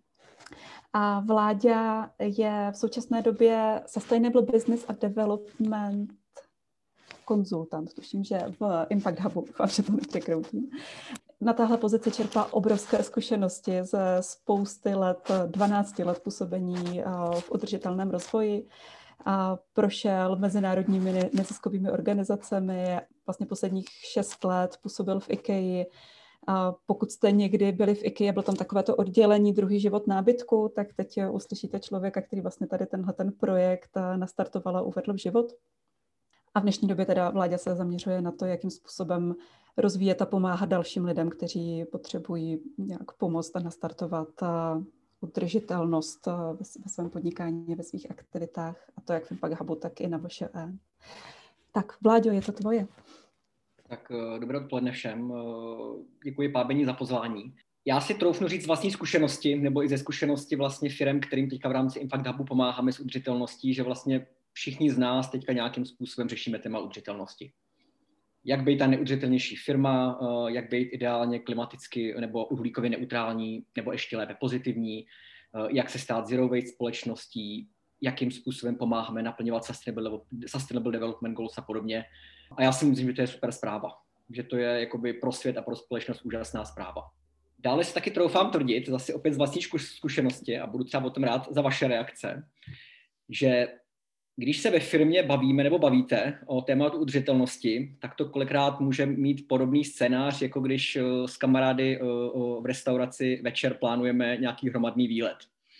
A Vláďa je v současné době Sustainable Business a Development konzultant. Tuším, že v Impact Hubu, že to nepřekroutím. Na téhle pozici čerpá obrovské zkušenosti ze spousty let, dvanácti let působení v udržitelném rozvoji. A prošel mezinárodními neziskovými organizacemi, vlastně posledních šest let působil v IKEA. A pokud jste někdy byli v IKEA, bylo tam takovéto oddělení druhý život nábytku, tak teď uslyšíte člověka, který vlastně tady tenhle ten projekt nastartoval a uvedl v život. A v dnešní době teda Vláďa se zaměřuje na to, jakým způsobem rozvíjet a pomáhat dalším lidem, kteří potřebují nějak pomoct a nastartovat udržitelnost ve svém podnikání, ve svých aktivitách, a to jak v Impact Hubu, tak i na V Š E. Tak, Vláďo, je to tvoje. Tak dobré odpoledne všem. Děkuji Pábení za pozvání. Já si troufnu říct z vlastní zkušenosti, nebo i ze zkušenosti vlastně firem, kterým teďka v rámci Impact Hubu pomáháme s udržitelností, že vlastně všichni z nás teďka nějakým způsobem řešíme téma udržitelnosti. Jak být ta neudržitelnější firma, jak být ideálně klimaticky nebo uhlíkově neutrální, nebo ještě lépe pozitivní, jak se stát zero waste společností, jakým způsobem pomáháme naplňovat sustainable, sustainable development goals a podobně. A já si myslím, že to je super zpráva. Že to je jakoby pro svět a pro společnost úžasná zpráva. Dále si taky troufám tvrdit, zase opět z vlastní zkušenosti, a budu třeba o tom rád za vaše reakce, že když se ve firmě bavíme nebo bavíte o tématu udržitelnosti, tak to kolikrát může mít podobný scénář, jako když s kamarády v restauraci večer plánujeme nějaký hromadný výlet.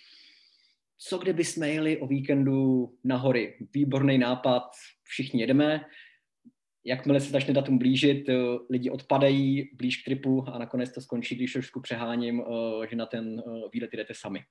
Co kdyby jsme jeli o víkendu na hory? Výborný nápad, všichni jedeme. Jakmile se začne datum blížit, lidi odpadají blíž k tripu a nakonec to skončí, když trošku přeháním, že na ten výlet jdete sami.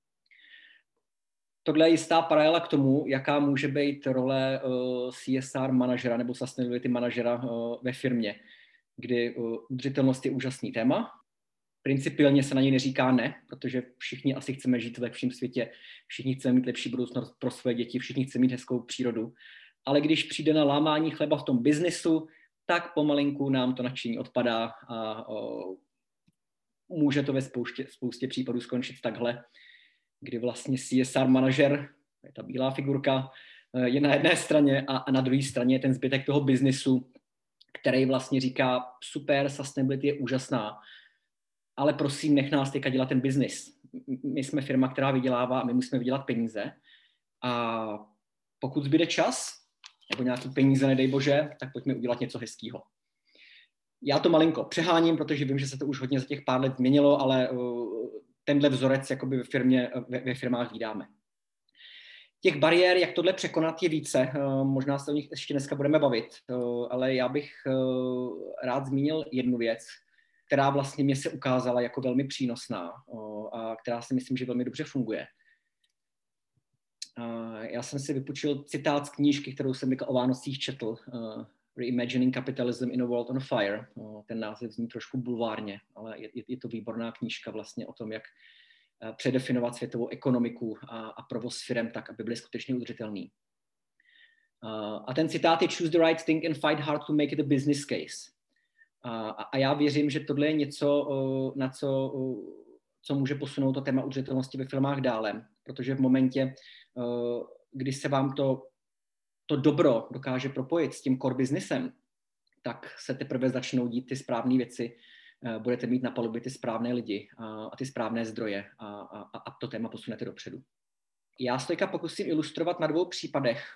Tohle je jistá paralela k tomu, jaká může být role C S R manažera nebo sustainability manažera ve firmě, kdy udržitelnost je úžasný téma. Principiálně se na něj neříká ne, protože všichni asi chceme žít v lepším světě, všichni chceme mít lepší budoucnost pro své děti, všichni chceme mít hezkou přírodu. Ale když přijde na lámání chleba v tom biznesu, tak pomalinku nám to nadšení odpadá a o, může to ve spoustě, spoustě případů skončit takhle, kdy vlastně C S R manažer, je ta bílá figurka, je na jedné straně a, a na druhé straně je ten zbytek toho biznesu, který vlastně říká, super, sustainability je úžasná, ale prosím, nech nás teďka dělat ten biznis. My jsme firma, která vydělává a my musíme vydělat peníze. A pokud zbyde čas, nebo nějaký peníze, nedej bože, tak pojďme udělat něco hezkýho. Já to malinko přeháním, protože vím, že se to už hodně za těch pár let změnilo, ale uh, tenhle vzorec jakoby ve, firmě, ve, ve firmách vídáme. Těch bariér, jak tohle překonat, je více. Uh, možná se o nich ještě dneska budeme bavit, uh, ale já bych uh, rád zmínil jednu věc, která vlastně mě se ukázala jako velmi přínosná uh, a která si myslím, že velmi dobře funguje. Uh, já jsem si vypůjčil citát z knížky, kterou jsem o Vánocích četl, uh, Reimagining Capitalism in a World on Fire. Uh, ten název zní trošku bulvárně, ale je, je to výborná knížka vlastně o tom, jak uh, předefinovat světovou ekonomiku a, a provoz firem tak, aby byly skutečně udržitelný. Uh, a ten citát je choose the right thing and fight hard to make it a business case. Uh, a, a já věřím, že tohle je něco, uh, na co, uh, co může posunout to téma udržitelnosti ve firmách dále, protože v momentě, když se vám to, to dobro dokáže propojit s tím core businessem, tak se teprve začnou dít ty správné věci, budete mít na palubě ty správné lidi a, a ty správné zdroje a, a, a to téma posunete dopředu. Já se teďka pokusím ilustrovat na dvou případech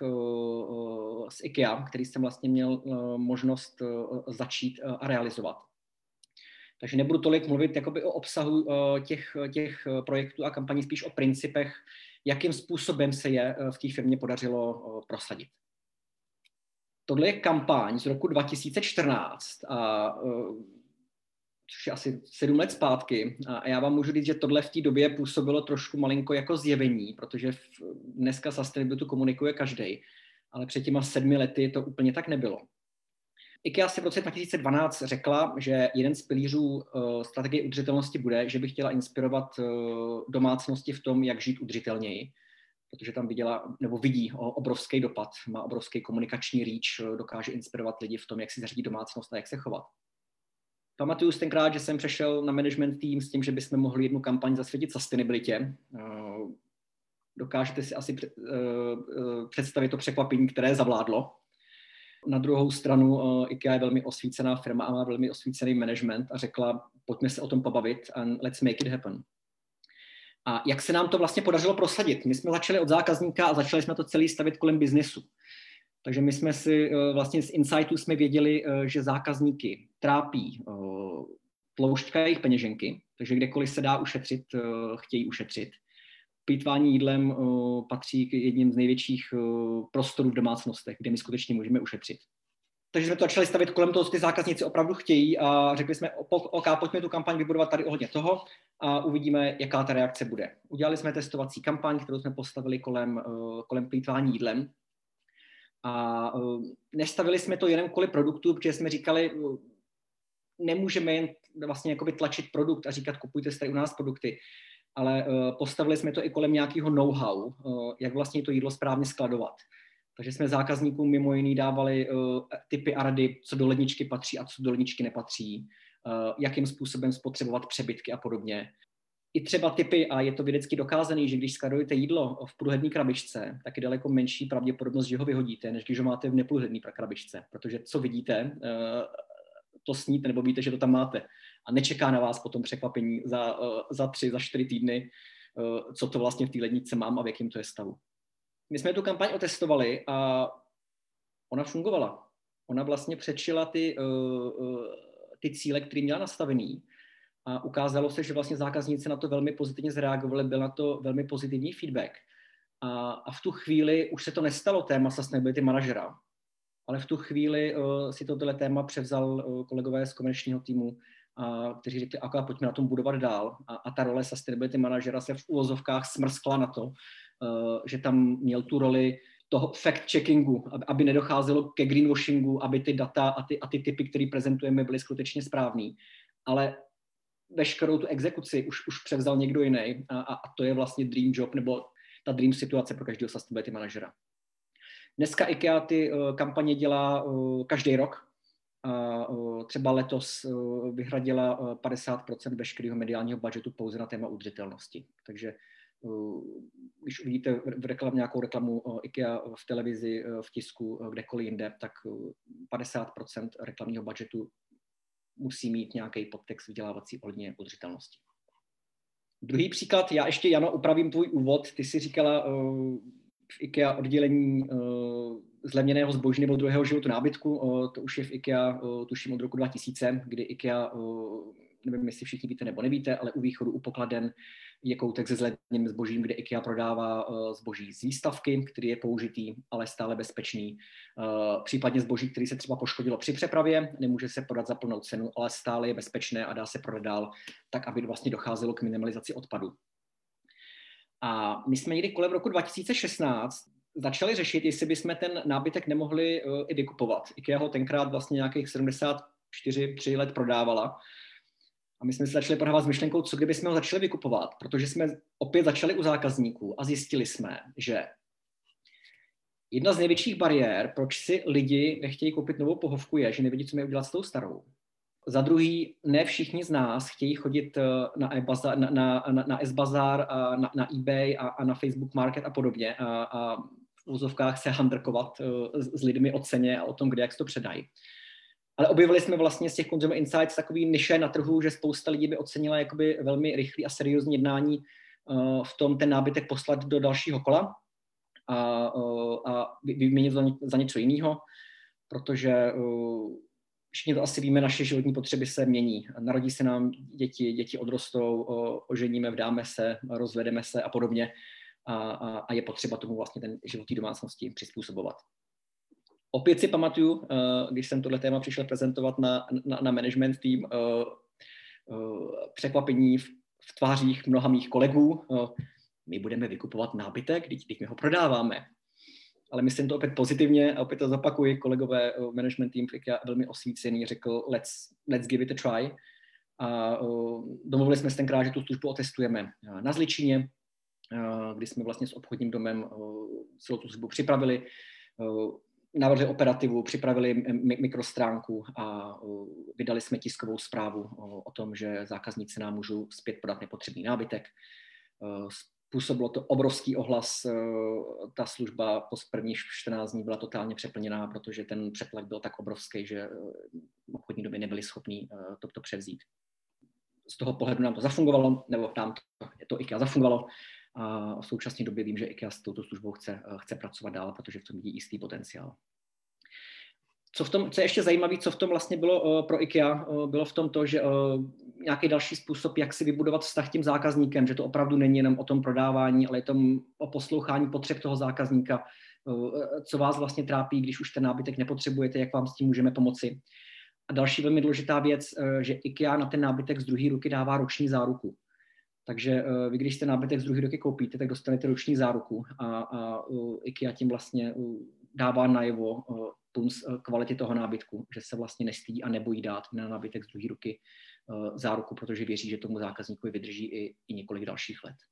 z IKEA, který jsem vlastně měl možnost začít a realizovat. Takže nebudu tolik mluvit jakoby o obsahu těch, těch projektů a kampaní, spíš o principech, jakým způsobem se je v té firmě podařilo prosadit. Tohle je kampaň z roku dva tisíce čtrnáct, a, což je asi sedm let zpátky. A já vám můžu říct, že tohle v té době působilo trošku malinko jako zjevení, protože v, dneska sustainability komunikuje každý, ale před těma sedmi lety to úplně tak nebylo. IKEA si v roce dva tisíce dvanáct řekla, že jeden z pilířů uh, strategie udržitelnosti bude, že by chtěla inspirovat uh, domácnosti v tom, jak žít udržitelněji, protože tam viděla, nebo vidí obrovský dopad, má obrovský komunikační reach, dokáže inspirovat lidi v tom, jak si zařídit domácnost a jak se chovat. Pamatuju si tenkrát, že jsem přešel na management tým s tím, že bychom mohli jednu kampaň zasvětit sustainabilitě. Dokážete si asi představit to překvapení, které zavládlo. Na druhou stranu IKEA je velmi osvícená firma a má velmi osvícený management a řekla, pojďme se o tom pobavit and let's make it happen. A jak se nám to vlastně podařilo prosadit? My jsme začali od zákazníka a začali jsme to celý stavit kolem biznesu. Takže my jsme si vlastně z insightů jsme věděli, že zákazníky trápí tloušťka jejich peněženky, takže kdekoliv se dá ušetřit, chtějí ušetřit. Plýtvání jídlem patří k jedním z největších prostorů v domácnostech, kde my skutečně můžeme ušetřit. Takže jsme to začali stavit kolem toho, co ty zákazníci opravdu chtějí a řekli jsme, OK, pojďme tu kampaň vybudovat tady ohledně toho a uvidíme, jaká ta reakce bude. Udělali jsme testovací kampaň, kterou jsme postavili kolem, kolem plýtvání jídlem. A nestavili jsme to jenom kvůli produktu, protože jsme říkali, nemůžeme jen vlastně jakoby tlačit produkt a říkat, kupujte si tady u nás produkty, ale postavili jsme to i kolem nějakého know-how, jak vlastně to jídlo správně skladovat. Takže jsme zákazníkům mimo jiný dávali tipy a rady, co do ledničky patří a co do ledničky nepatří, jakým způsobem spotřebovat přebytky a podobně. I třeba tipy, a je to vědecky dokázané, že když skladujete jídlo v průhledné krabičce, tak je daleko menší pravděpodobnost, že ho vyhodíte, než když ho máte v neprůhledné krabičce. Protože co vidíte, to sníte nebo víte, že to tam máte. A nečeká na vás potom překvapení za, za tři, za čtyři týdny, co to vlastně v té ledničce mám a v jakém to je stavu. My jsme tu kampaň otestovali a ona fungovala. Ona vlastně předčila ty, ty cíle, které měla nastavený. A ukázalo se, že vlastně zákazníci na to velmi pozitivně zareagovali, byl na to velmi pozitivní feedback. A, a v tu chvíli už se to nestalo téma sustainability manažera, ale v tu chvíli uh, si tohle téma převzal uh, kolegové z komerčního týmu, a, kteří řekli, akorát pojďme na tom budovat dál. A, a ta role sustainability manažera se v uvozovkách smrskla na to, uh, že tam měl tu roli toho fact-checkingu, aby, aby nedocházelo ke greenwashingu, aby ty data a ty, a ty typy, které prezentujeme, byly skutečně správný. Ale veškerou tu exekuci už, už převzal někdo jiný a, a to je vlastně dream job nebo ta dream situace pro každého sustainability manažera. Dneska IKEA ty uh, kampaně dělá uh, každý rok. Uh, třeba letos uh, vyhradila uh, padesát procent veškerého mediálního budžetu pouze na téma udržitelnosti. Takže uh, když uvidíte v reklam, nějakou reklamu uh, IKEA v televizi, uh, v tisku, uh, kdekoliv jinde, tak uh, padesát procent reklamního budžetu musí mít nějaký podtext vzdělávací ohledně udržitelnosti. Druhý příklad, já ještě, Jano, upravím tvůj úvod. Ty jsi říkala uh, v IKEA oddělení uh, zlevněného zboží nebo druhého životu nábytku. Uh, to už je v IKEA, uh, tuším, od roku dva tisíce, kdy IKEA, uh, nevím, jestli všichni víte nebo nevíte, ale u východu, u pokladen je koutek se zlevněným zbožím, kde IKEA prodává uh, zboží z výstavky, který je použitý, ale stále bezpečný. Uh, případně zboží, který se třeba poškodilo při přepravě, nemůže se prodat za plnou cenu, ale stále je bezpečné a dá se prodat dál, tak aby vlastně docházelo k minimalizaci odpadu. A my jsme někdy kolem roku dva tisíce šestnáct začali řešit, jestli bychom ten nábytek nemohli uh, i vykupovat. IKEA ho tenkrát vlastně nějakých sedmdesát čtyři tři let prodávala. A my jsme se začali prodávat s myšlenkou, co kdyby jsme ho začali vykupovat, protože jsme opět začali u zákazníků a zjistili jsme, že jedna z největších bariér, proč si lidi nechtějí koupit novou pohovku, je, že nevědí, co mají udělat s tou starou. Za druhý, ne všichni z nás chtějí chodit na, e-bazar, na, na, na, na S-Bazar, a na, na eBay a, a na Facebook Market a podobně a, a v úzovkách se handrkovat s, s lidmi o ceně a o tom, kde jak se to předají. Ale objevili jsme vlastně z těch Consumer Insights takový niše na trhu, že spousta lidí by ocenila jakoby velmi rychlý a seriózní jednání v tom ten nábytek poslat do dalšího kola a, a vyměnit za něco jiného, protože všichni to asi víme, naše životní potřeby se mění. Narodí se nám děti, děti odrostou, oženíme, vdáme se, rozvedeme se a podobně a, a, a je potřeba tomu vlastně ten život té domácnosti přizpůsobovat. Opět si pamatuju, když jsem tohle téma přišel prezentovat na, na, na management tým, překvapení v, v tvářích mnoha mých kolegů. My budeme vykupovat nábytek, když my ho prodáváme. Ale myslím to opět pozitivně a opět to zopakuji. Kolegové management tým velmi osvícený řekl let's, let's give it a try. A domluvili jsme se tenkrát, že tu službu otestujeme na Zličině, kdy jsme vlastně s obchodním domem celou tu službu připravili. Navrhli operativu, připravili mikrostránku a vydali jsme tiskovou zprávu o tom, že zákazníci nám můžou zpět podat nepotřebný nábytek. Působilo to obrovský ohlas, ta služba po prvních čtrnáct dní byla totálně přeplněná, protože ten přetlak byl tak obrovský, že obchodní doby nebyly schopní to, to převzít. Z toho pohledu nám to zafungovalo, nebo nám to, to IKEA zafungovalo. A v současné době vím, že IKEA s touto službou chce, chce pracovat dál, protože v tom vidí jistý potenciál. Co, v tom, co je ještě zajímavé, co v tom vlastně bylo uh, pro IKEA, uh, bylo v tom to, že uh, nějaký další způsob, jak si vybudovat vztah tím zákazníkem, že to opravdu není jenom o tom prodávání, ale je to o poslouchání potřeb toho zákazníka, uh, co vás vlastně trápí, když už ten nábytek nepotřebujete, jak vám s tím můžeme pomoci. A další velmi důležitá věc, uh, že IKEA na ten nábytek z druhé ruky dává roční záruku. Takže uh, vy, když ten nábytek z druhé ruky koupíte, tak dostanete roční záruku a, a uh, IKEA tím vlastně uh, dává najevo uh, punc kvality toho nábytku, že se vlastně nestydí a nebojí dát na nábytek z druhé ruky uh, záruku, protože věří, že tomu zákazníkovi vydrží i, i několik dalších let.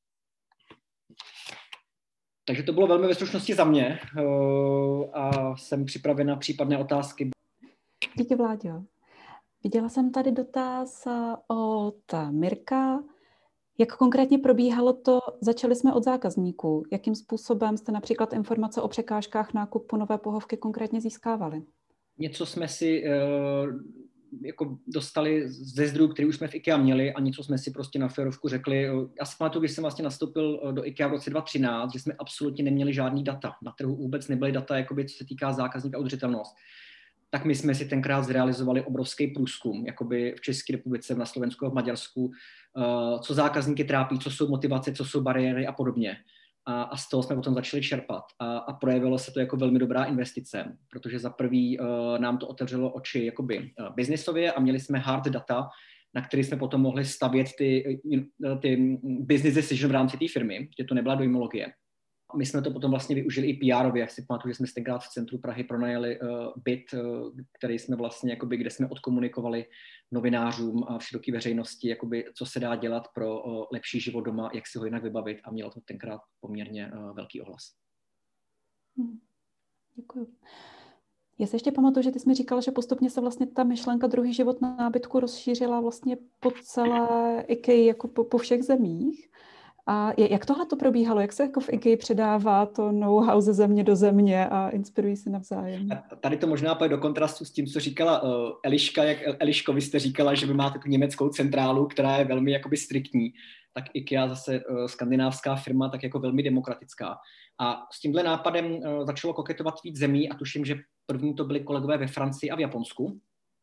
Takže to bylo velmi ve stručnosti za mě uh, a jsem připraven na případné otázky. Díky, Vláďo. Viděla jsem tady dotaz od Mirka. Jak konkrétně probíhalo to, začali jsme od zákazníků. Jakým způsobem jste například informace o překážkách nákupu nové pohovky konkrétně získávali? Něco jsme si uh, jako dostali ze zdrojů, které už jsme v IKEA měli a něco jsme si prostě na férovku řekli. Já si pamatuju, když jsem vlastně nastoupil do IKEA v roce dva tisíce třináct, že jsme absolutně neměli žádný data. Na trhu vůbec nebyly data, jakoby, co se týká zákazníka a udržitelnost. Tak my jsme si tenkrát zrealizovali obrovský průzkum, jakoby v České republice, na Slovensku, v Maďarsku, co zákazníky trápí, co jsou motivace, co jsou bariéry a podobně. A, a z toho jsme potom začali čerpat. A, a projevilo se to jako velmi dobrá investice, protože za prvý uh, nám to otevřelo oči jakoby uh, biznisově a měli jsme hard data, na který jsme potom mohli stavět ty, ty business decision v rámci té firmy, že to nebyla dojmologie. My jsme to potom vlastně využili i P R ově, jak si pamatuju, že jsme tenkrát v centru Prahy pronajeli uh, byt, uh, který jsme vlastně, jakoby, kde jsme odkomunikovali novinářům a široké veřejnosti, jakoby, co se dá dělat pro uh, lepší život doma, jak si ho jinak vybavit a mělo to tenkrát poměrně uh, velký ohlas. Hmm. Děkuji. Já se ještě pamatuju, že ty jsi mi říkala, že postupně se vlastně ta myšlenka druhý život na nábytku rozšířila vlastně po celé IKEA, jako po, po všech zemích. A jak tohle to probíhalo? Jak se jako v IKEA předává to know-how ze země do země a inspirují se navzájem? Tady to možná pojde do kontrastu s tím, co říkala uh, Eliška. Jak Eliško, vy jste říkala, že vy máte tu německou centrálu, která je velmi jakoby striktní. Tak IKEA zase uh, skandinávská firma, tak jako velmi demokratická. A s tímhle nápadem uh, začalo koketovat víc zemí a tuším, že první to byli kolegové ve Francii a v Japonsku.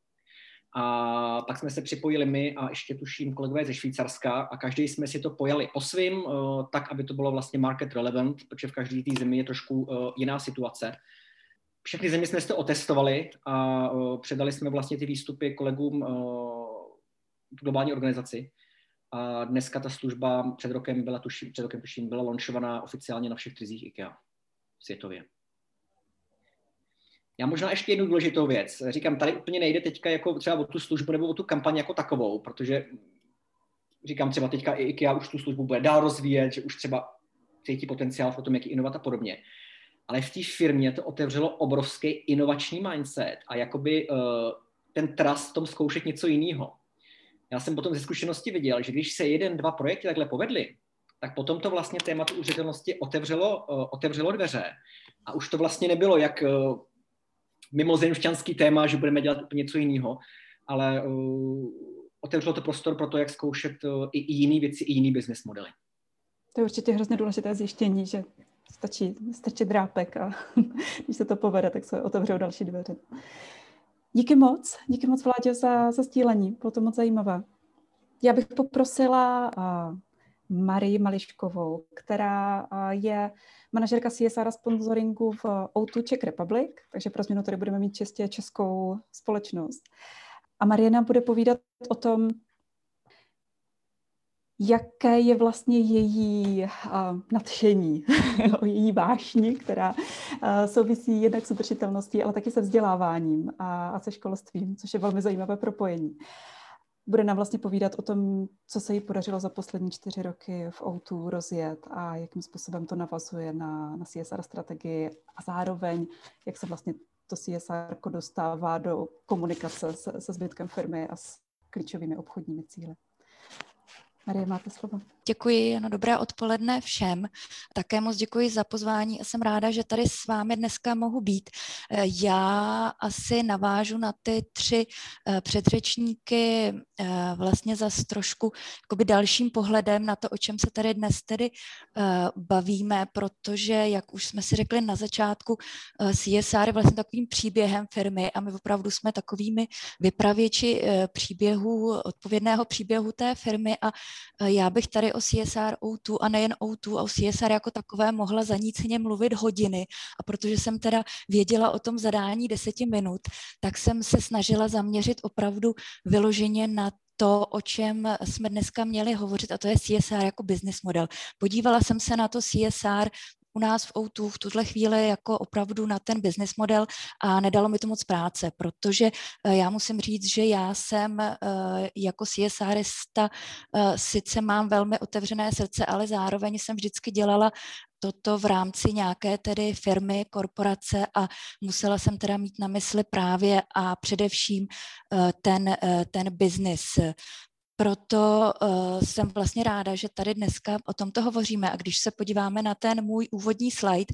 A pak jsme se připojili my a ještě tuším kolegové ze Švýcarska a každý jsme si to pojali po svým, tak, aby to bylo vlastně market relevant, protože v každé té zemi je trošku jiná situace. Všechny země jsme si to otestovali a předali jsme vlastně ty výstupy kolegům v globální organizaci. A dneska ta služba před rokem byla, tuším, před rokem tuším, byla launchovaná oficiálně na všech trzích IKEA světově. Já možná ještě jednu důležitou věc. Říkám, tady úplně nejde teďka jako třeba o tu službu nebo o tu kampaň jako takovou, protože říkám třeba teďka i IKEA už tu službu bude dál rozvíjet, že už třeba cítí potenciál v tom, jak inovat a podobně. Ale v té firmě to otevřelo obrovský inovační mindset a jakoby uh, ten trust v tom zkoušet něco jiného. Já jsem potom ze zkušenosti viděl, že když se jeden, dva projekty takhle povedly, tak potom to vlastně tématu udržitelnosti otevřelo, uh, otevřelo dveře. A už to vlastně nebylo jak uh, mimozemšťanský téma, že budeme dělat úplně něco jiného, ale uh, otevřelo to prostor pro to, jak zkoušet uh, i, i jiné věci, i jiný business modely. To je určitě hrozně důležité zjištění, že stačí, stačí drápek a když se to povede, tak se otevřou další dveře. Díky moc, díky moc Vláďo za, za sdílení, bylo to moc zajímavé. Já bych poprosila uh, Marii Mališkovou, která uh, je manažerka C S R a sponsoringu v O dva Czech Republic, takže pro změnu tady budeme mít čistě českou společnost. A Marie nám bude povídat o tom, jaké je vlastně její uh, nadšení, o její vášni, která uh, souvisí jednak s udržitelností, ale taky se vzděláváním a, a se školstvím, což je velmi zajímavé propojení. Bude nám vlastně povídat o tom, co se jí podařilo za poslední čtyři roky v O dva rozjet a jakým způsobem to navazuje na, na C S R strategii a zároveň, jak se vlastně to C S R dostává do komunikace se, se zbytkem firmy a s klíčovými obchodními cíli. Marie, máte slovo. Děkuji, ano, dobré odpoledne všem. Také moc děkuji za pozvání a jsem ráda, že tady s vámi dneska mohu být. Já asi navážu na ty tři předřečníky vlastně zas trošku jakoby dalším pohledem na to, o čem se tady dnes tedy bavíme, protože, jak už jsme si řekli na začátku, C S R je vlastně takovým příběhem firmy a my opravdu jsme takovými vypravěči příběhů, odpovědného příběhu té firmy a já bych tady o C S R O dva a nejen O dva, o C S R jako takové mohla zaníceně mluvit hodiny a protože jsem teda věděla o tom zadání deseti minut, tak jsem se snažila zaměřit opravdu vyloženě na to, o čem jsme dneska měli hovořit, a to je C S R jako business model. Podívala jsem se na to C S R u nás v O dva v tuhle chvíli jako opravdu na ten business model a nedalo mi to moc práce, protože já musím říct, že já jsem jako CSRista sice mám velmi otevřené srdce, ale zároveň jsem vždycky dělala toto v rámci nějaké tedy firmy, korporace a musela jsem teda mít na mysli právě a především ten, ten business. Proto uh, jsem vlastně ráda, že tady dneska o tomto hovoříme a když se podíváme na ten můj úvodní slide,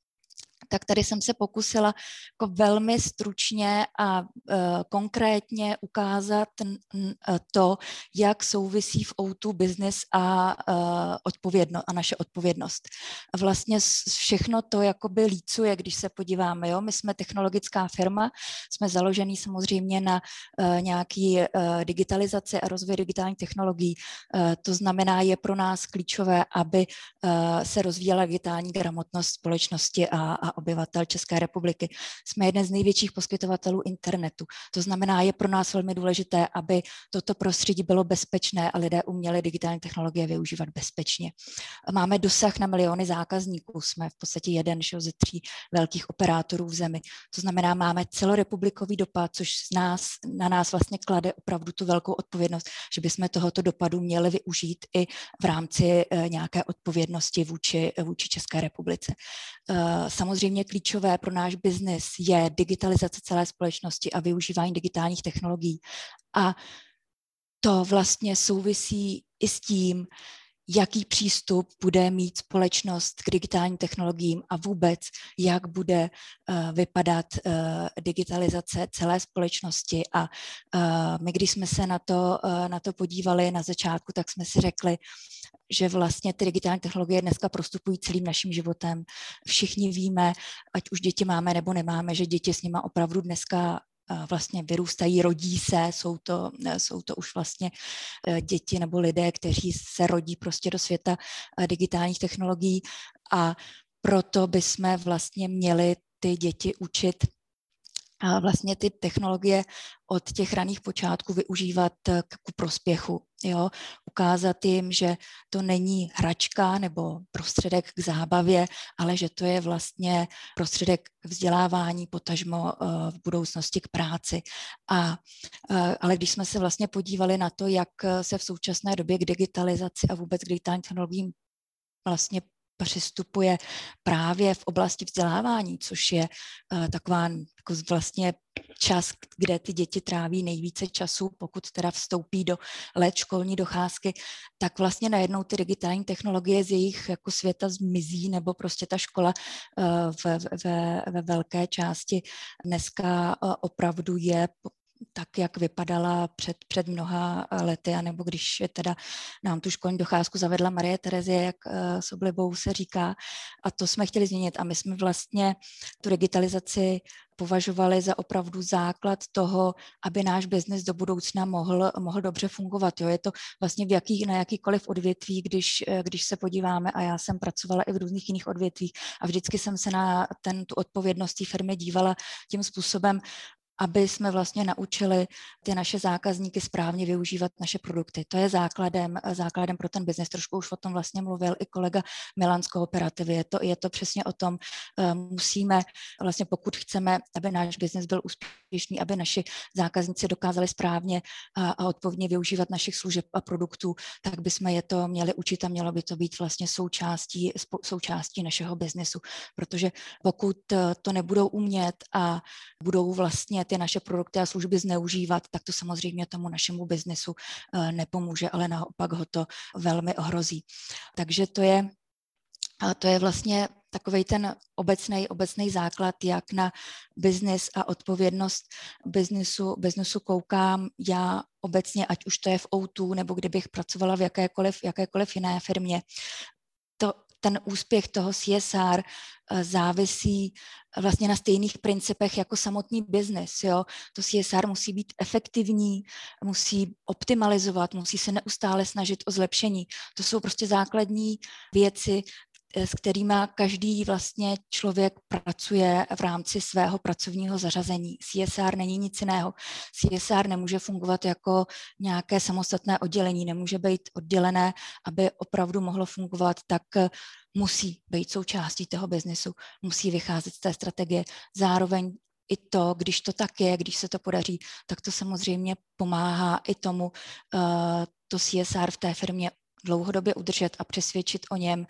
tak tady jsem se pokusila jako velmi stručně a uh, konkrétně ukázat n, n, to, jak souvisí v O dva business a, uh, odpovědno, a naše odpovědnost. A vlastně všechno to jakoby lícuje, když se podíváme. Jo? My jsme technologická firma, jsme založený samozřejmě na uh, nějaký uh, digitalizaci a rozvoj digitálních technologií. Uh, to znamená, je pro nás klíčové, aby uh, se rozvíjela digitální gramotnost společnosti a, a obyvatel České republiky. Jsme jeden z největších poskytovatelů internetu. To znamená, je pro nás velmi důležité, aby toto prostředí bylo bezpečné a lidé uměli digitální technologie využívat bezpečně. Máme dosah na miliony zákazníků. Jsme v podstatě jeden ze tří velkých operátorů v zemi. To znamená, máme celorepublikový dopad, což z nás, na nás vlastně klade opravdu tu velkou odpovědnost, že bychom tohoto dopadu měli využít i v rámci nějaké odpovědnosti vůči, vůči České republice. Samozřejmě klíčové pro náš biznis je digitalizace celé společnosti a využívání digitálních technologií. A to vlastně souvisí i s tím, jaký přístup bude mít společnost k digitálním technologiím a vůbec, jak bude uh, vypadat uh, digitalizace celé společnosti. A uh, my, když jsme se na to, uh, na to podívali na začátku, tak jsme si řekli, že vlastně ty digitální technologie dneska prostupují celým naším životem. Všichni víme, ať už děti máme nebo nemáme, že děti s nima opravdu dneska vlastně vyrůstají, rodí se, jsou to, jsou to už vlastně děti nebo lidé, kteří se rodí prostě do světa digitálních technologií a proto bychom vlastně měli ty děti učit a vlastně ty technologie od těch raných počátků využívat ku prospěchu. Jo? Ukázat jim, že to není hračka nebo prostředek k zábavě, ale že to je vlastně prostředek k vzdělávání, potažmo v budoucnosti k práci. A, ale když jsme se vlastně podívali na to, jak se v současné době k digitalizaci a vůbec k digitálním technologiím vlastně přistupuje právě v oblasti vzdělávání, což je uh, taková jako vlastně čas, kde ty děti tráví nejvíce času, pokud teda vstoupí do let školní docházky, tak vlastně najednou ty digitální technologie z jejich jako světa zmizí, nebo prostě ta škola uh, ve, ve, ve velké části dneska uh, opravdu je tak, jak vypadala před, před mnoha lety, anebo když teda nám tu školní docházku zavedla Marie Terezie, jak s oblibou se říká, a to jsme chtěli změnit. A my jsme vlastně tu digitalizaci považovali za opravdu základ toho, aby náš biznis do budoucna mohl, mohl dobře fungovat. Jo. Je to vlastně v jaký, na jakýkoliv odvětví, když, když se podíváme, a já jsem pracovala i v různých jiných odvětvích a vždycky jsem se na ten, tu odpovědnost té firmy dívala tím způsobem, aby jsme vlastně naučili ty naše zákazníky správně využívat naše produkty. To je základem, základem pro ten biznes. Trošku už o tom vlastně mluvil i kolega Milan z Kooperativy. Je to, je to přesně o tom, musíme vlastně, pokud chceme, aby náš biznes byl úspěšný, aby naši zákazníci dokázali správně a, a odpovědně využívat našich služeb a produktů, tak bychom je to měli učit a mělo by to být vlastně součástí, součástí našeho biznesu. Protože pokud to nebudou umět a budou vlastně ty naše produkty a služby zneužívat, tak to samozřejmě tomu našemu biznesu nepomůže, ale naopak ho to velmi ohrozí. Takže to je, to je vlastně takovej ten obecný obecný základ, jak na biznis a odpovědnost biznisu, biznisu koukám já obecně, ať už to je v ó dva, nebo kdybych pracovala v jakékoliv, jakékoliv jiné firmě. To, ten úspěch toho C S R závisí vlastně na stejných principech jako samotný biznis. Jo? To C S R musí být efektivní, musí optimalizovat, musí se neustále snažit o zlepšení. To jsou prostě základní věci, s kterými každý vlastně člověk pracuje v rámci svého pracovního zařazení. C S R není nic jiného. C S R nemůže fungovat jako nějaké samostatné oddělení, nemůže být oddělené, aby opravdu mohlo fungovat, tak musí být součástí toho biznesu, musí vycházet z té strategie. Zároveň i to, když to tak je, když se to podaří, tak to samozřejmě pomáhá i tomu uh, to C S R v té firmě dlouhodobě udržet a přesvědčit o něm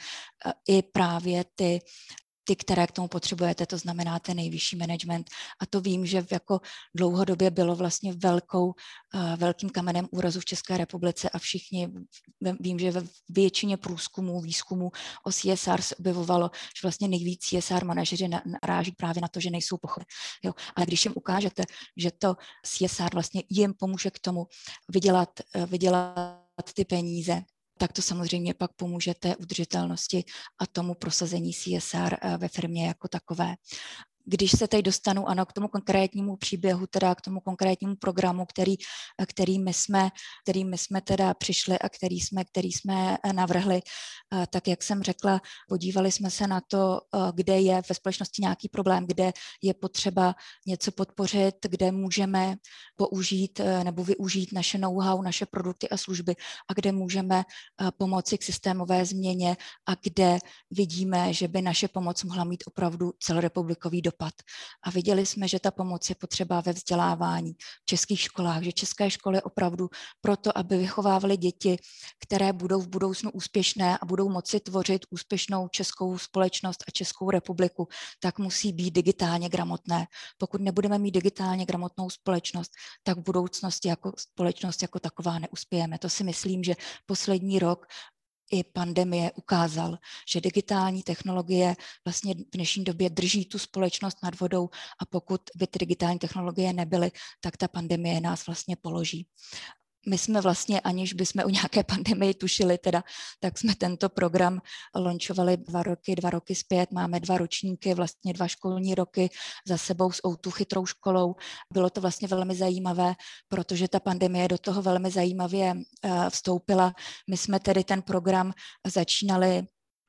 i právě ty, ty, které k tomu potřebujete, to znamená ten nejvyšší management. A to vím, že jako dlouhodobě bylo vlastně velkou, velkým kamenem úrazu v České republice a všichni, vím, že ve většině průzkumů, výzkumů o C S R se objevovalo, že vlastně nejvíc C S R manažeři naráží právě na to, že nejsou pochopeni. Jo, ale když jim ukážete, že to C S R vlastně jim pomůže k tomu vydělat, vydělat ty peníze, tak to samozřejmě pak pomůže té udržitelnosti a tomu prosazení C S R ve firmě jako takové. Když se teď dostanu ano, k tomu konkrétnímu příběhu, teda k tomu konkrétnímu programu, který, který, my, jsme, který my jsme teda přišli a který jsme, který jsme navrhli, tak jak jsem řekla, podívali jsme se na to, kde je ve společnosti nějaký problém, kde je potřeba něco podpořit, kde můžeme použít nebo využít naše know-how, naše produkty a služby a kde můžeme pomoci k systémové změně a kde vidíme, že by naše pomoc mohla mít opravdu celorepublikový dopad. A viděli jsme, že ta pomoc je potřeba ve vzdělávání v českých školách, že české školy opravdu proto, aby vychovávaly děti, které budou v budoucnu úspěšné a budou moci tvořit úspěšnou českou společnost a Českou republiku, tak musí být digitálně gramotné. Pokud nebudeme mít digitálně gramotnou společnost, tak v budoucnosti jako společnost jako taková neuspějeme. To si myslím, že poslední rok i pandemie ukázal, že digitální technologie vlastně v dnešní době drží tu společnost nad vodou a pokud by ty digitální technologie nebyly, tak ta pandemie nás vlastně položí. My jsme vlastně, aniž bychom o nějaké pandemii tušili, teda, tak jsme tento program launchovali dva roky, dva roky zpět. Máme dva ročníky, vlastně dva školní roky za sebou s ó dva chytrou školou. Bylo to vlastně velmi zajímavé, protože ta pandemie do toho velmi zajímavě vstoupila. My jsme tedy ten program začínali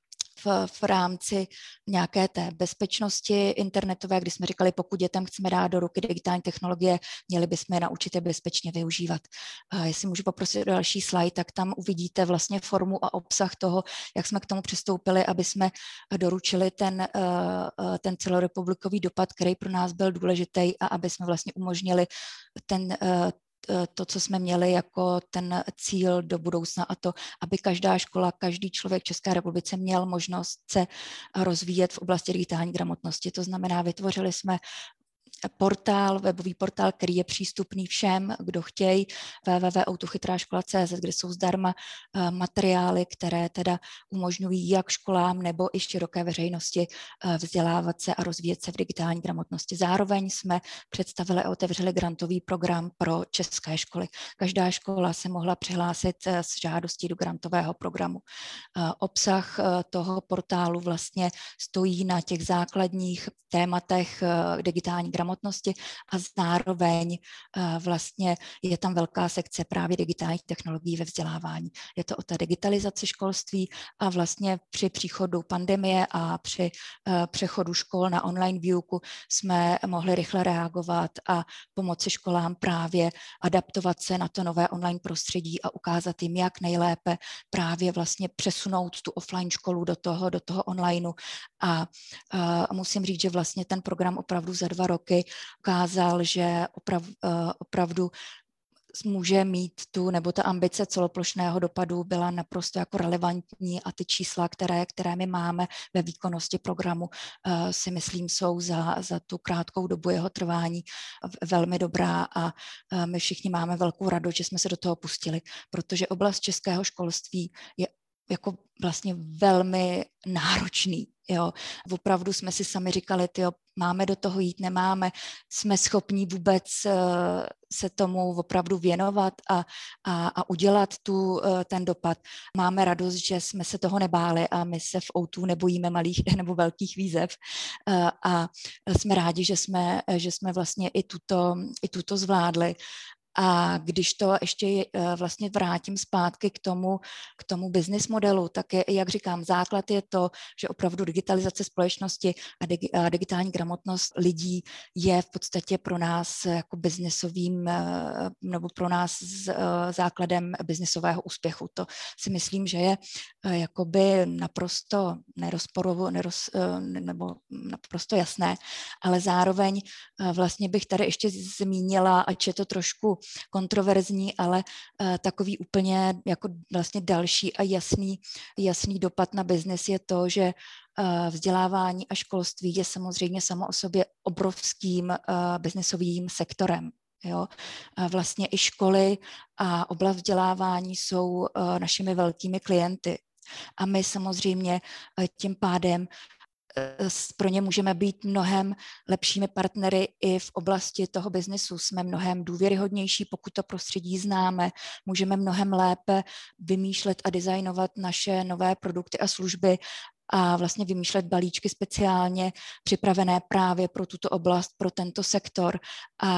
V, v rámci nějaké té bezpečnosti internetové, kdy jsme říkali, pokud dětem chceme dát do ruky digitální technologie, měli bychom je naučit je bezpečně využívat. A jestli můžu poprosit o další slide, tak tam uvidíte vlastně formu a obsah toho, jak jsme k tomu přistoupili, aby jsme doručili ten, ten celorepublikový dopad, který pro nás byl důležitý a aby jsme vlastně umožnili ten to, co jsme měli jako ten cíl do budoucna a to, aby každá škola, každý člověk v České republice měl možnost se rozvíjet v oblasti digitální gramotnosti. To znamená, vytvořili jsme portál, webový portál, který je přístupný všem, kdo chtějí, w w w tečka autochytráškola tečka c z, kde jsou zdarma materiály, které teda umožňují jak školám nebo i široké veřejnosti vzdělávat se a rozvíjet se v digitální gramotnosti. Zároveň jsme představili a otevřeli grantový program pro české školy. Každá škola se mohla přihlásit s žádostí do grantového programu. Obsah toho portálu vlastně stojí na těch základních tématech digitální gramotnosti a zároveň vlastně je tam velká sekce právě digitálních technologií ve vzdělávání. Je to o té digitalizaci školství a vlastně při příchodu pandemie a při přechodu škol na online výuku jsme mohli rychle reagovat a pomoci školám právě adaptovat se na to nové online prostředí a ukázat jim, jak nejlépe právě vlastně přesunout tu offline školu do toho, do toho onlineu. A, a musím říct, že vlastně ten program opravdu za dva roky ukázal, že oprav, opravdu může mít tu, nebo ta ambice celoplošného dopadu byla naprosto jako relevantní a ty čísla, které, které my máme ve výkonnosti programu, si myslím, jsou za, za tu krátkou dobu jeho trvání velmi dobrá a my všichni máme velkou radost, že jsme se do toho pustili, protože oblast českého školství je jako vlastně velmi náročný. Jo. Opravdu jsme si sami říkali, tyjo, máme do toho jít, nemáme, jsme schopni vůbec uh, se tomu opravdu věnovat a, a, a udělat tu, uh, ten dopad. Máme radost, že jsme se toho nebáli a my se v O dva nebojíme malých nebo velkých výzev uh, a jsme rádi, že jsme, že jsme vlastně i tuto, i tuto zvládli. A když to ještě vlastně vrátím zpátky k tomu, k tomu business modelu, tak je, jak říkám, základ je to, že opravdu digitalizace společnosti a, dig, a digitální gramotnost lidí je v podstatě pro nás jako biznesovým, nebo pro nás základem biznesového úspěchu. To si myslím, že je jakoby naprosto nerozporovo, neroz, nebo naprosto jasné, ale zároveň vlastně bych tady ještě zmínila, ač je to trošku kontroverzní, ale uh, takový úplně jako vlastně další a jasný, jasný dopad na biznes je to, že uh, vzdělávání a školství je samozřejmě samo o sobě obrovským uh, biznesovým sektorem. Jo? Uh, vlastně i školy a oblast vzdělávání jsou uh, našimi velkými klienty. A my samozřejmě uh, tím pádem pro ně můžeme být mnohem lepšími partnery i v oblasti toho biznesu. Jsme mnohem důvěryhodnější, pokud to prostředí známe, můžeme mnohem lépe vymýšlet a designovat naše nové produkty a služby a vlastně vymýšlet balíčky speciálně připravené právě pro tuto oblast, pro tento sektor. A,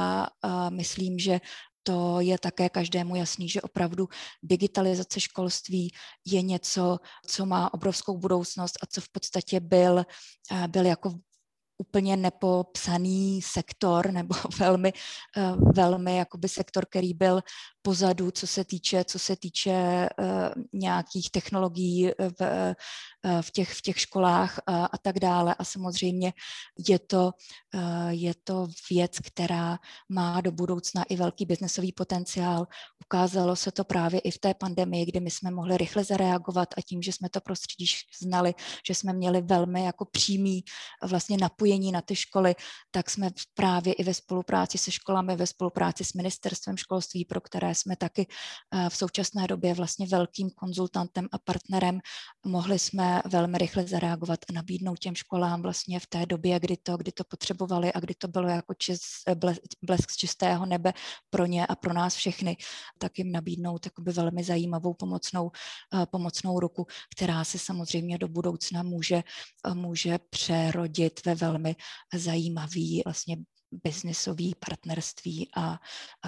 a myslím, že to je také každému jasný, že opravdu digitalizace školství je něco, co má obrovskou budoucnost a co v podstatě byl, byl jako úplně nepopsaný sektor nebo velmi, velmi jakoby sektor, který byl pozadu, co se týče, co se týče uh, nějakých technologií v, uh, v, těch, v těch školách a, a tak dále. A samozřejmě je to, uh, je to věc, která má do budoucna i velký biznesový potenciál. Ukázalo se to právě i v té pandemii, kdy my jsme mohli rychle zareagovat a tím, že jsme to prostředí znali, že jsme měli velmi jako přímý vlastně napojení na ty školy, tak jsme právě i ve spolupráci se školami, ve spolupráci s ministerstvem školství, pro které jsme taky v současné době vlastně velkým konzultantem a partnerem, mohli jsme velmi rychle zareagovat a nabídnout těm školám vlastně v té době, kdy to, kdy to potřebovali a kdy to bylo jako čist, blesk z čistého nebe pro ně a pro nás všechny, tak jim nabídnout jakoby velmi zajímavou pomocnou, pomocnou ruku, která se samozřejmě do budoucna může, může přerodit ve velmi zajímavý vlastně biznesový partnerství a, a,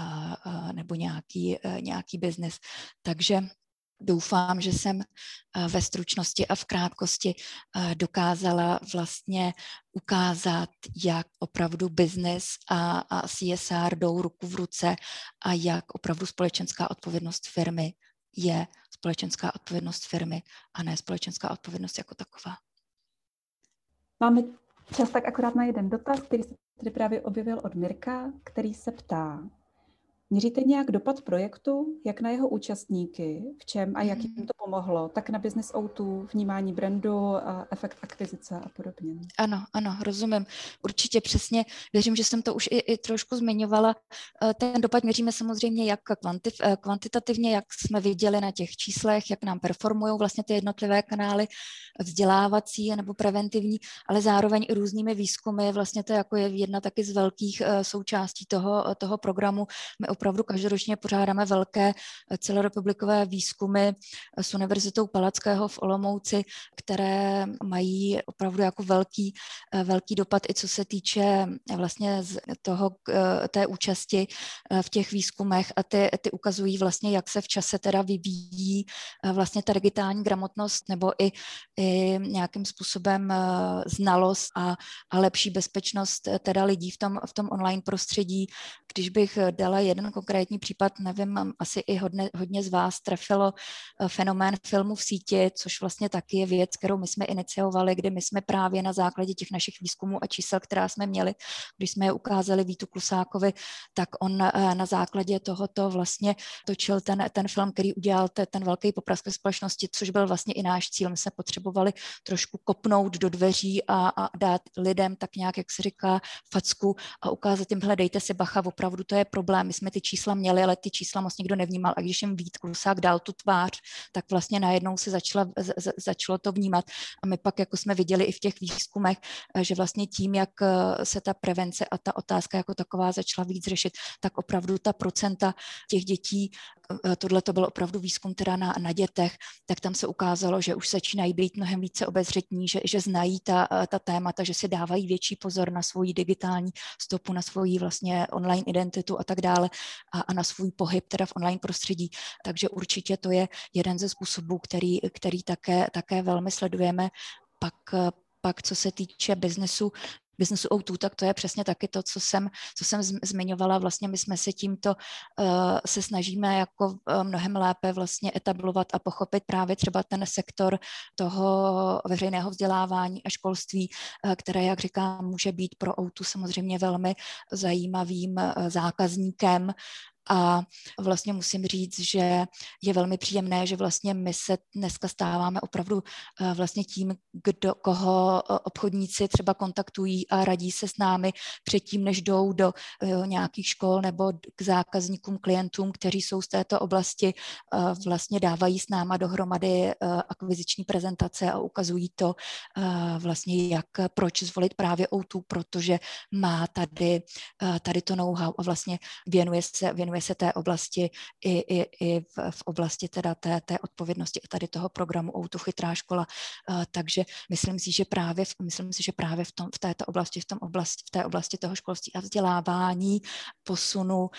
a nebo nějaký, nějaký biznes. Takže doufám, že jsem ve stručnosti a v krátkosti dokázala vlastně ukázat, jak opravdu biznes a, a C S R jdou ruku v ruce a jak opravdu společenská odpovědnost firmy je společenská odpovědnost firmy a ne společenská odpovědnost jako taková. Máme čas tak akorát na jeden dotaz, který se tady právě objevil od Mirka, který se ptá: Měříte nějak dopad projektu, jak na jeho účastníky, v čem a jak jim to pomohlo, tak na Business O dva, vnímání brandu, a efekt akvizice a podobně? Ano, ano, rozumím. Určitě přesně. Věřím, že jsem to už i, i trošku zmiňovala. Ten dopad měříme samozřejmě jak kvantif, kvantitativně, jak jsme viděli na těch číslech, jak nám performují vlastně ty jednotlivé kanály vzdělávací nebo preventivní, ale zároveň i různými výzkumy. Vlastně to jako je jedna taky z velkých součástí toho, toho programu. My opravdu každoročně pořádáme velké celorepublikové výzkumy s Univerzitou Palackého v Olomouci, které mají opravdu jako velký, velký dopad i co se týče vlastně z toho, té účasti v těch výzkumech a ty, ty ukazují vlastně, jak se v čase teda vyvíjí vlastně ta digitální gramotnost nebo i, i nějakým způsobem znalost a, a lepší bezpečnost teda lidí v tom, v tom online prostředí. Když bych dala jeden konkrétní případ, nevím, asi i hodně, hodně z vás trefilo fenomén filmu v síti, což vlastně taky je věc, kterou my jsme iniciovali, kdy my jsme právě na základě těch našich výzkumů a čísel, která jsme měli, když jsme je ukázali Vítu Klusákovi, tak on na základě tohoto vlastně točil ten, ten film, který udělal te, ten velký poprask ve společnosti, což byl vlastně i náš cíl. My jsme potřebovali trošku kopnout do dveří a, a dát lidem tak nějak, jak se říká, facku a ukázat jim, hledejte si bacha, opravdu to je problém. My jsme ty čísla měli, ale ty čísla moc nikdo nevnímal. A když jim Vít Klusák dal tu tvář, tak vlastně najednou se začala, z, začalo to vnímat. A my pak jako jsme viděli i v těch výzkumech, že vlastně tím, jak se ta prevence a ta otázka jako taková začala víc řešit, tak opravdu ta procenta těch dětí, tohle to byl opravdu výzkum teda na, na dětech, tak tam se ukázalo, že už začínají být mnohem více obezřetní, že, že znají ta, ta témata, že si dávají větší pozor na svoji digitální stopu, na svoji vlastně online identitu a tak dále a, a na svůj pohyb teda v online prostředí. Takže určitě to je jeden ze způsobů, který, který také, také velmi sledujeme. Pak, pak co se týče biznesu, Business O dva, tak to je přesně taky to, co jsem, co jsem zmiňovala. Vlastně my jsme se tímto uh, se snažíme jako uh, mnohem lépe vlastně etablovat a pochopit právě třeba ten sektor toho veřejného vzdělávání a školství, uh, které, jak říkám, může být pro O dva samozřejmě velmi zajímavým uh, zákazníkem. A vlastně musím říct, že je velmi příjemné, že vlastně my se dneska stáváme opravdu vlastně tím, kdo, koho obchodníci třeba kontaktují a radí se s námi předtím, než jdou do nějakých škol nebo k zákazníkům, klientům, kteří jsou z této oblasti, vlastně dávají s náma dohromady akviziční prezentace a ukazují to vlastně, jak proč zvolit právě O dva, protože má tady, tady to know-how a vlastně věnuje se, věnuje se té oblasti i, i, i v, v oblasti teda té, té odpovědnosti i tady toho programu O dva Chytrá škola. Uh, takže myslím si, že právě, v, myslím si, že právě v, tom, v této oblasti, v, tom oblasti, v té oblasti toho školství a vzdělávání, posunu, uh,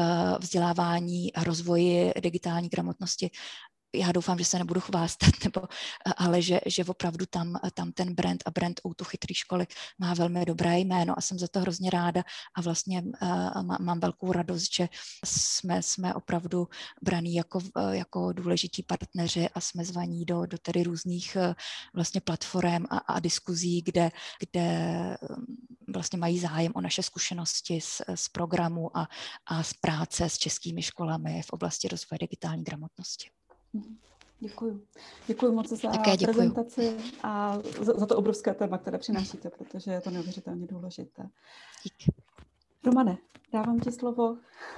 vzdělávání a rozvoji digitální gramotnosti, já doufám, že se nebudu chvástat, nebo, ale že, že opravdu tam, tam ten brand a brand O dva Chytrý školy má velmi dobré jméno a jsem za to hrozně ráda a vlastně uh, mám velkou radost, že jsme, jsme opravdu braní jako, jako důležití partneři a jsme zvaní do, do tedy různých uh, vlastně platform a, a diskuzí, kde, kde vlastně mají zájem o naše zkušenosti z, z programu a, a z práce s českými školami v oblasti rozvoje digitální gramotnosti. Děkuji. Děkuji moc za Také děkuji. prezentaci a za, za to obrovské téma, které přinášíte, protože je to neuvěřitelně důležité. Díky. Romane, dávám ti slovo.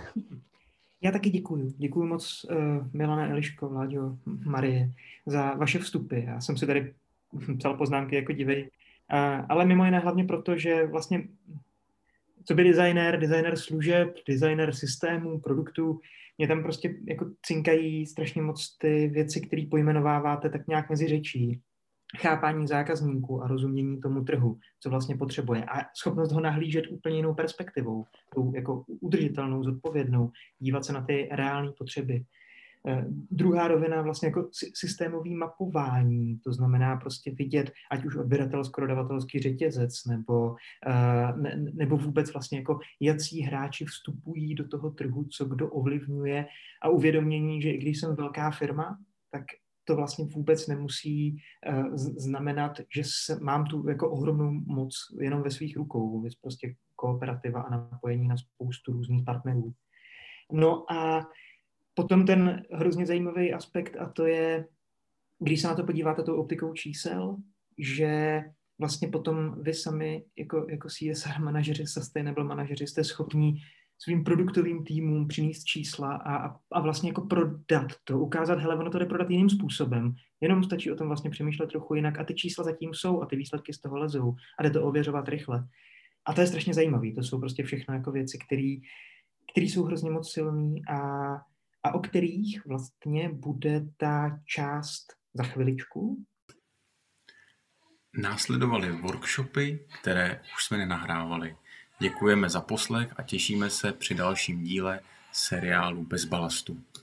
Já taky děkuji. Děkuji moc uh, Milana, Eliško, Vláďo, Marie za vaše vstupy. Já jsem si tady psal poznámky jako divej, uh, ale mimo jiné hlavně proto, že vlastně co by designér, designér služeb, designér systémů, produktů, mě tam prostě jako cinkají strašně moc ty věci, které pojmenováváte tak nějak mezi řečí. Chápání zákazníků a rozumění tomu trhu, co vlastně potřebuje. A schopnost ho nahlížet úplně jinou perspektivou, tou jako udržitelnou, zodpovědnou, dívat se na ty reální potřeby. Eh, druhá rovina vlastně jako systémový mapování, to znamená prostě vidět, ať už odběratelsko-dodavatelský řetězec, nebo, eh, ne, nebo vůbec vlastně jako jací hráči vstupují do toho trhu, co kdo ovlivňuje a uvědomění, že i když jsem velká firma, tak to vlastně vůbec nemusí uh, znamenat, že se, mám tu jako ohromnou moc jenom ve svých rukou. Je prostě kooperativa a napojení na spoustu různých partnerů. No a potom ten hrozně zajímavý aspekt, a to je, když se na to podíváte tou optikou čísel, že vlastně potom vy sami jako, jako C S R manažeři, sustainable manažeři jste schopní svým produktovým týmům přinést čísla a, a vlastně jako prodat to, ukázat, hele, ono to jde prodat jiným způsobem. Jenom stačí o tom vlastně přemýšlet trochu jinak a ty čísla zatím jsou a ty výsledky z toho lezou a jde to ověřovat rychle. A to je strašně zajímavé. To jsou prostě všechno jako věci, které jsou hrozně moc silné a, a o kterých vlastně bude ta část za chviličku. Následovaly workshopy, které už jsme nenahrávali. Děkujeme za poslech a těšíme se při dalším díle seriálu Bez balastu.